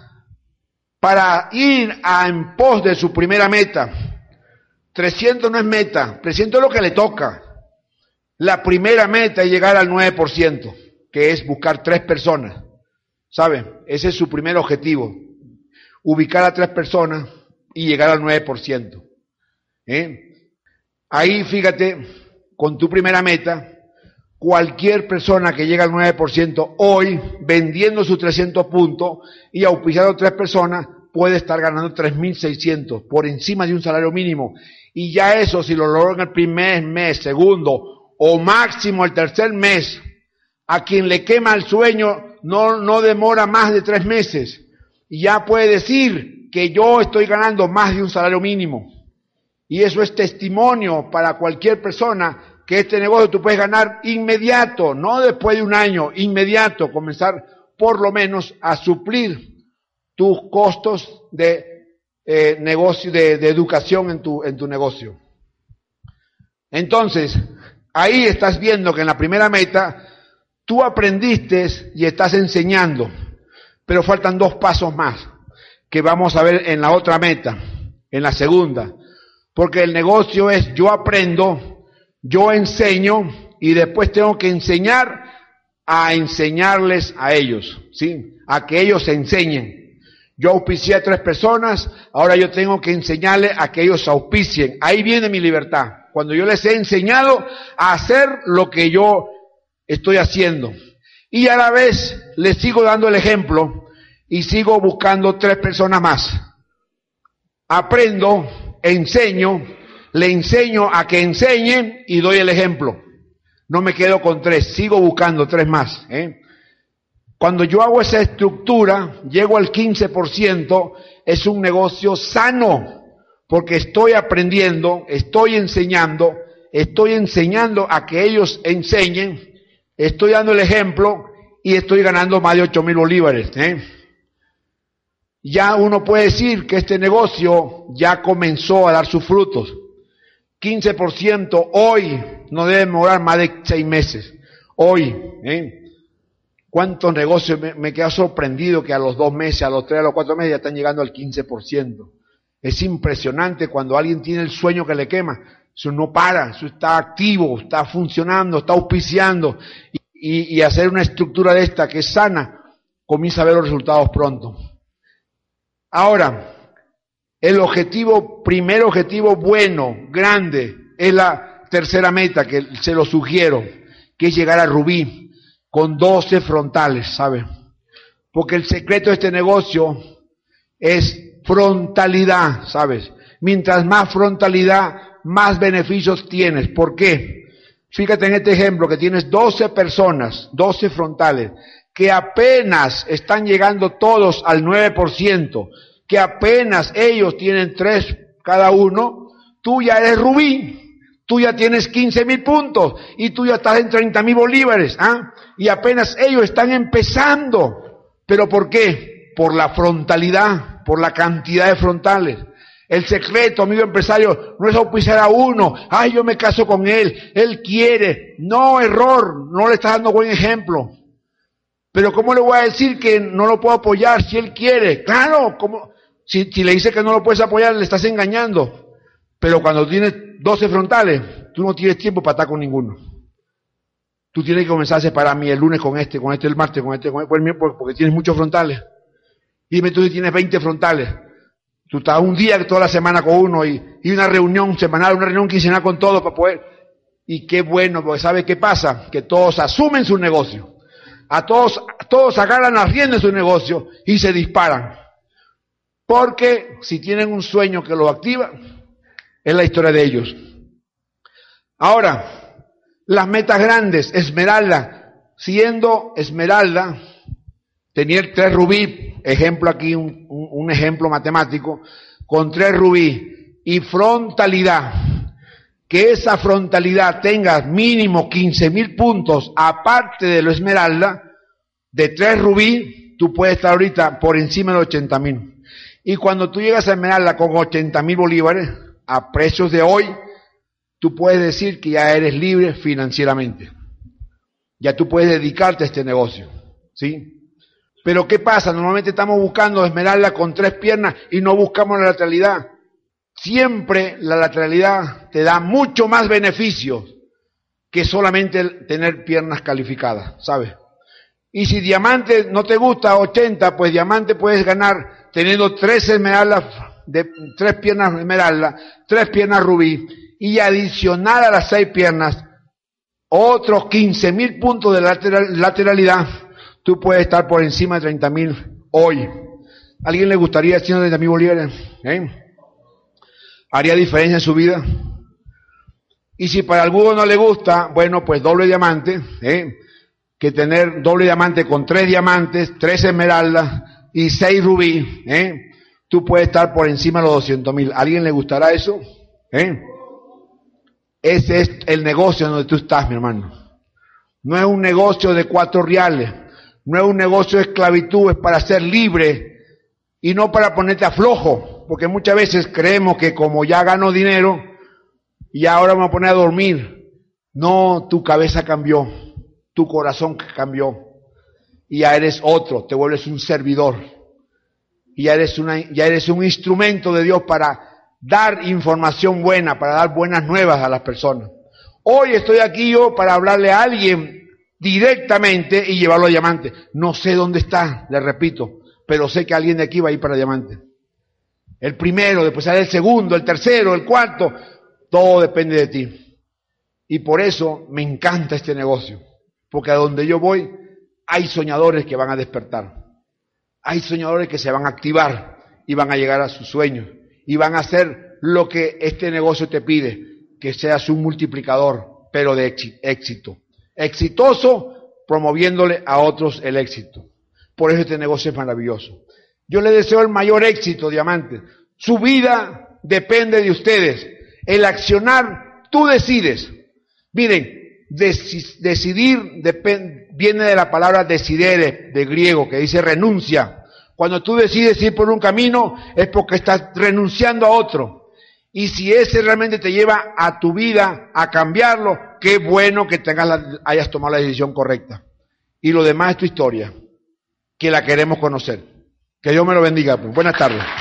para ir a en pos de su primera meta. trescientos no es meta, trescientos es lo que le toca. La primera meta es llegar al nueve por ciento, que es buscar tres personas ¿sabe? Ese es su primer objetivo, ubicar a tres personas y llegar al nueve por ciento. ¿Eh? Ahí, fíjate, con tu primera meta, cualquier persona que llegue al nueve por ciento hoy, vendiendo sus trescientos puntos y auspiciando a tres personas, puede estar ganando tres mil seiscientos por encima de un salario mínimo. Y ya eso, si lo logran el primer mes, segundo o máximo el tercer mes, a quien le quema el sueño no, no demora más de tres meses. Y ya puede decir que yo estoy ganando más de un salario mínimo. Y eso es testimonio para cualquier persona que este negocio tú puedes ganar inmediato, no después de un año, inmediato, comenzar por lo menos a suplir tus costos de eh, negocio, de, de educación en tu, en tu negocio. Entonces, ahí estás viendo que en la primera meta tú aprendiste y estás enseñando, pero faltan dos pasos más que vamos a ver en la otra meta, en la segunda, porque el negocio es yo aprendo, yo enseño y después tengo que enseñar a enseñarles a ellos, ¿sí? A que ellos se enseñen. Yo auspicié a tres personas, ahora yo tengo que enseñarles a que ellos auspicien. Ahí viene mi libertad. Cuando yo les he enseñado a hacer lo que yo estoy haciendo. Y a la vez les sigo dando el ejemplo y sigo buscando tres personas más. Aprendo, enseño, le enseño a que enseñen y doy el ejemplo. No me quedo con tres, sigo buscando tres más, ¿eh? Cuando yo hago esa estructura, llego al quince por ciento, es un negocio sano, porque estoy aprendiendo, estoy enseñando, estoy enseñando a que ellos enseñen, estoy dando el ejemplo y estoy ganando más de ocho mil bolívares. ¿eh? Ya uno puede decir que este negocio ya comenzó a dar sus frutos. quince por ciento hoy no debe demorar más de seis meses. Hoy, ¿eh? ¿Cuántos negocios? Me, me queda sorprendido que a los dos meses, a los tres, a los cuatro meses ya están llegando al quince por ciento. Es impresionante cuando alguien tiene el sueño que le quema. Eso no para, eso está activo, está funcionando, está auspiciando. Y, y, y hacer una estructura de esta que es sana, comienza a ver los resultados pronto. Ahora, el objetivo, primer objetivo bueno, grande, es la tercera meta que se lo sugiero, que es llegar a Rubí. Con doce frontales, ¿sabe? Porque el secreto de este negocio es frontalidad, ¿sabes? Mientras más frontalidad, más beneficios tienes. ¿Por qué? Fíjate en este ejemplo que tienes doce personas, doce frontales, que apenas están llegando todos al nueve por ciento, que apenas ellos tienen tres cada uno, tú ya eres Rubí. Tú ya tienes quince mil puntos y tú ya estás en treinta mil bolívares, ¿ah? Y apenas ellos están empezando. ¿Pero por qué? Por la frontalidad, por la cantidad de frontales. El secreto, amigo empresario, no es auspiciar a uno. Ay, yo me caso con él, él quiere. No, error, no le estás dando buen ejemplo. Pero ¿cómo le voy a decir que no lo puedo apoyar si él quiere? Claro, ¿cómo? Si, si le dice que no lo puedes apoyar, le estás engañando. Pero cuando tienes doce frontales, tú no tienes tiempo para estar con ninguno. Tú tienes que comenzar a separar a mí el lunes con este, con este el martes, con este, con este, porque tienes muchos frontales. Y dime tú si tienes veinte frontales. Tú estás un día toda la semana con uno y, y una reunión semanal, una reunión quincenal con todos para poder. Y qué bueno, porque ¿sabe qué pasa? Que todos asumen su negocio. A todos, todos agarran las riendas de su negocio y se disparan. Porque si tienen un sueño que los activa, es la historia de ellos. Ahora, las metas grandes, Esmeralda, siendo Esmeralda, tener tres rubí, ejemplo aquí, un, un, un ejemplo matemático, con tres rubí y frontalidad, que esa frontalidad tenga mínimo quince mil puntos, aparte de lo Esmeralda, de tres rubí, tú puedes estar ahorita por encima de los ochenta mil. Y cuando tú llegas a Esmeralda con ochenta mil bolívares, a precios de hoy, tú puedes decir que ya eres libre financieramente. Ya tú puedes dedicarte a este negocio, ¿sí? Pero ¿qué pasa? Normalmente estamos buscando Esmeralda con tres piernas y no buscamos la lateralidad. Siempre la lateralidad te da mucho más beneficios que solamente tener piernas calificadas, ¿sabes? Y si diamante no te gusta, ochenta, pues diamante puedes ganar teniendo tres esmeraldas, de, tres piernas esmeralda, tres piernas rubí, y adicional a las seis piernas, otros quince mil puntos de lateral, lateralidad, tú puedes estar por encima de treinta mil hoy. ¿A alguien le gustaría ciento treinta mil bolívares? ¿Eh? ¿Haría diferencia en su vida? Y si para alguno no le gusta, bueno, pues doble diamante, ¿eh? Que tener doble diamante con tres diamantes, tres esmeraldas y seis rubí, ¿eh? Tú puedes estar por encima de los doscientos mil. ¿A alguien le gustará eso? ¿Eh? Ese es el negocio donde tú estás, mi hermano. No es un negocio de cuatro reales, no es un negocio de esclavitud, es para ser libre y no para ponerte a flojo, porque muchas veces creemos que como ya gano dinero y ahora me voy a poner a dormir. No, tu cabeza cambió, tu corazón cambió y ya eres otro, te vuelves un servidor y ya eres una, ya eres un instrumento de Dios para dar información buena, para dar buenas nuevas a las personas. Hoy estoy aquí yo para hablarle a alguien directamente y llevarlo a diamante. No sé dónde está, le repito, pero sé que alguien de aquí va a ir para diamante. El primero, después sale el segundo, el tercero, el cuarto, todo depende de ti. Y por eso me encanta este negocio, porque a donde yo voy hay soñadores que van a despertar. Hay soñadores que se van a activar y van a llegar a sus sueños. Y van a hacer lo que este negocio te pide, que seas un multiplicador, pero de éxito. Exitoso, promoviéndole a otros el éxito. Por eso este negocio es maravilloso. Yo le deseo el mayor éxito, diamante. Su vida depende de ustedes. El accionar, tú decides. Miren, dec- decidir depend- viene de la palabra decidere, de griego, que dice renuncia. Cuando tú decides ir por un camino es porque estás renunciando a otro. Y si ese realmente te lleva a tu vida a cambiarlo, qué bueno que tengas la, hayas tomado la decisión correcta. Y lo demás es tu historia, que la queremos conocer. Que Dios me lo bendiga. Buenas tardes.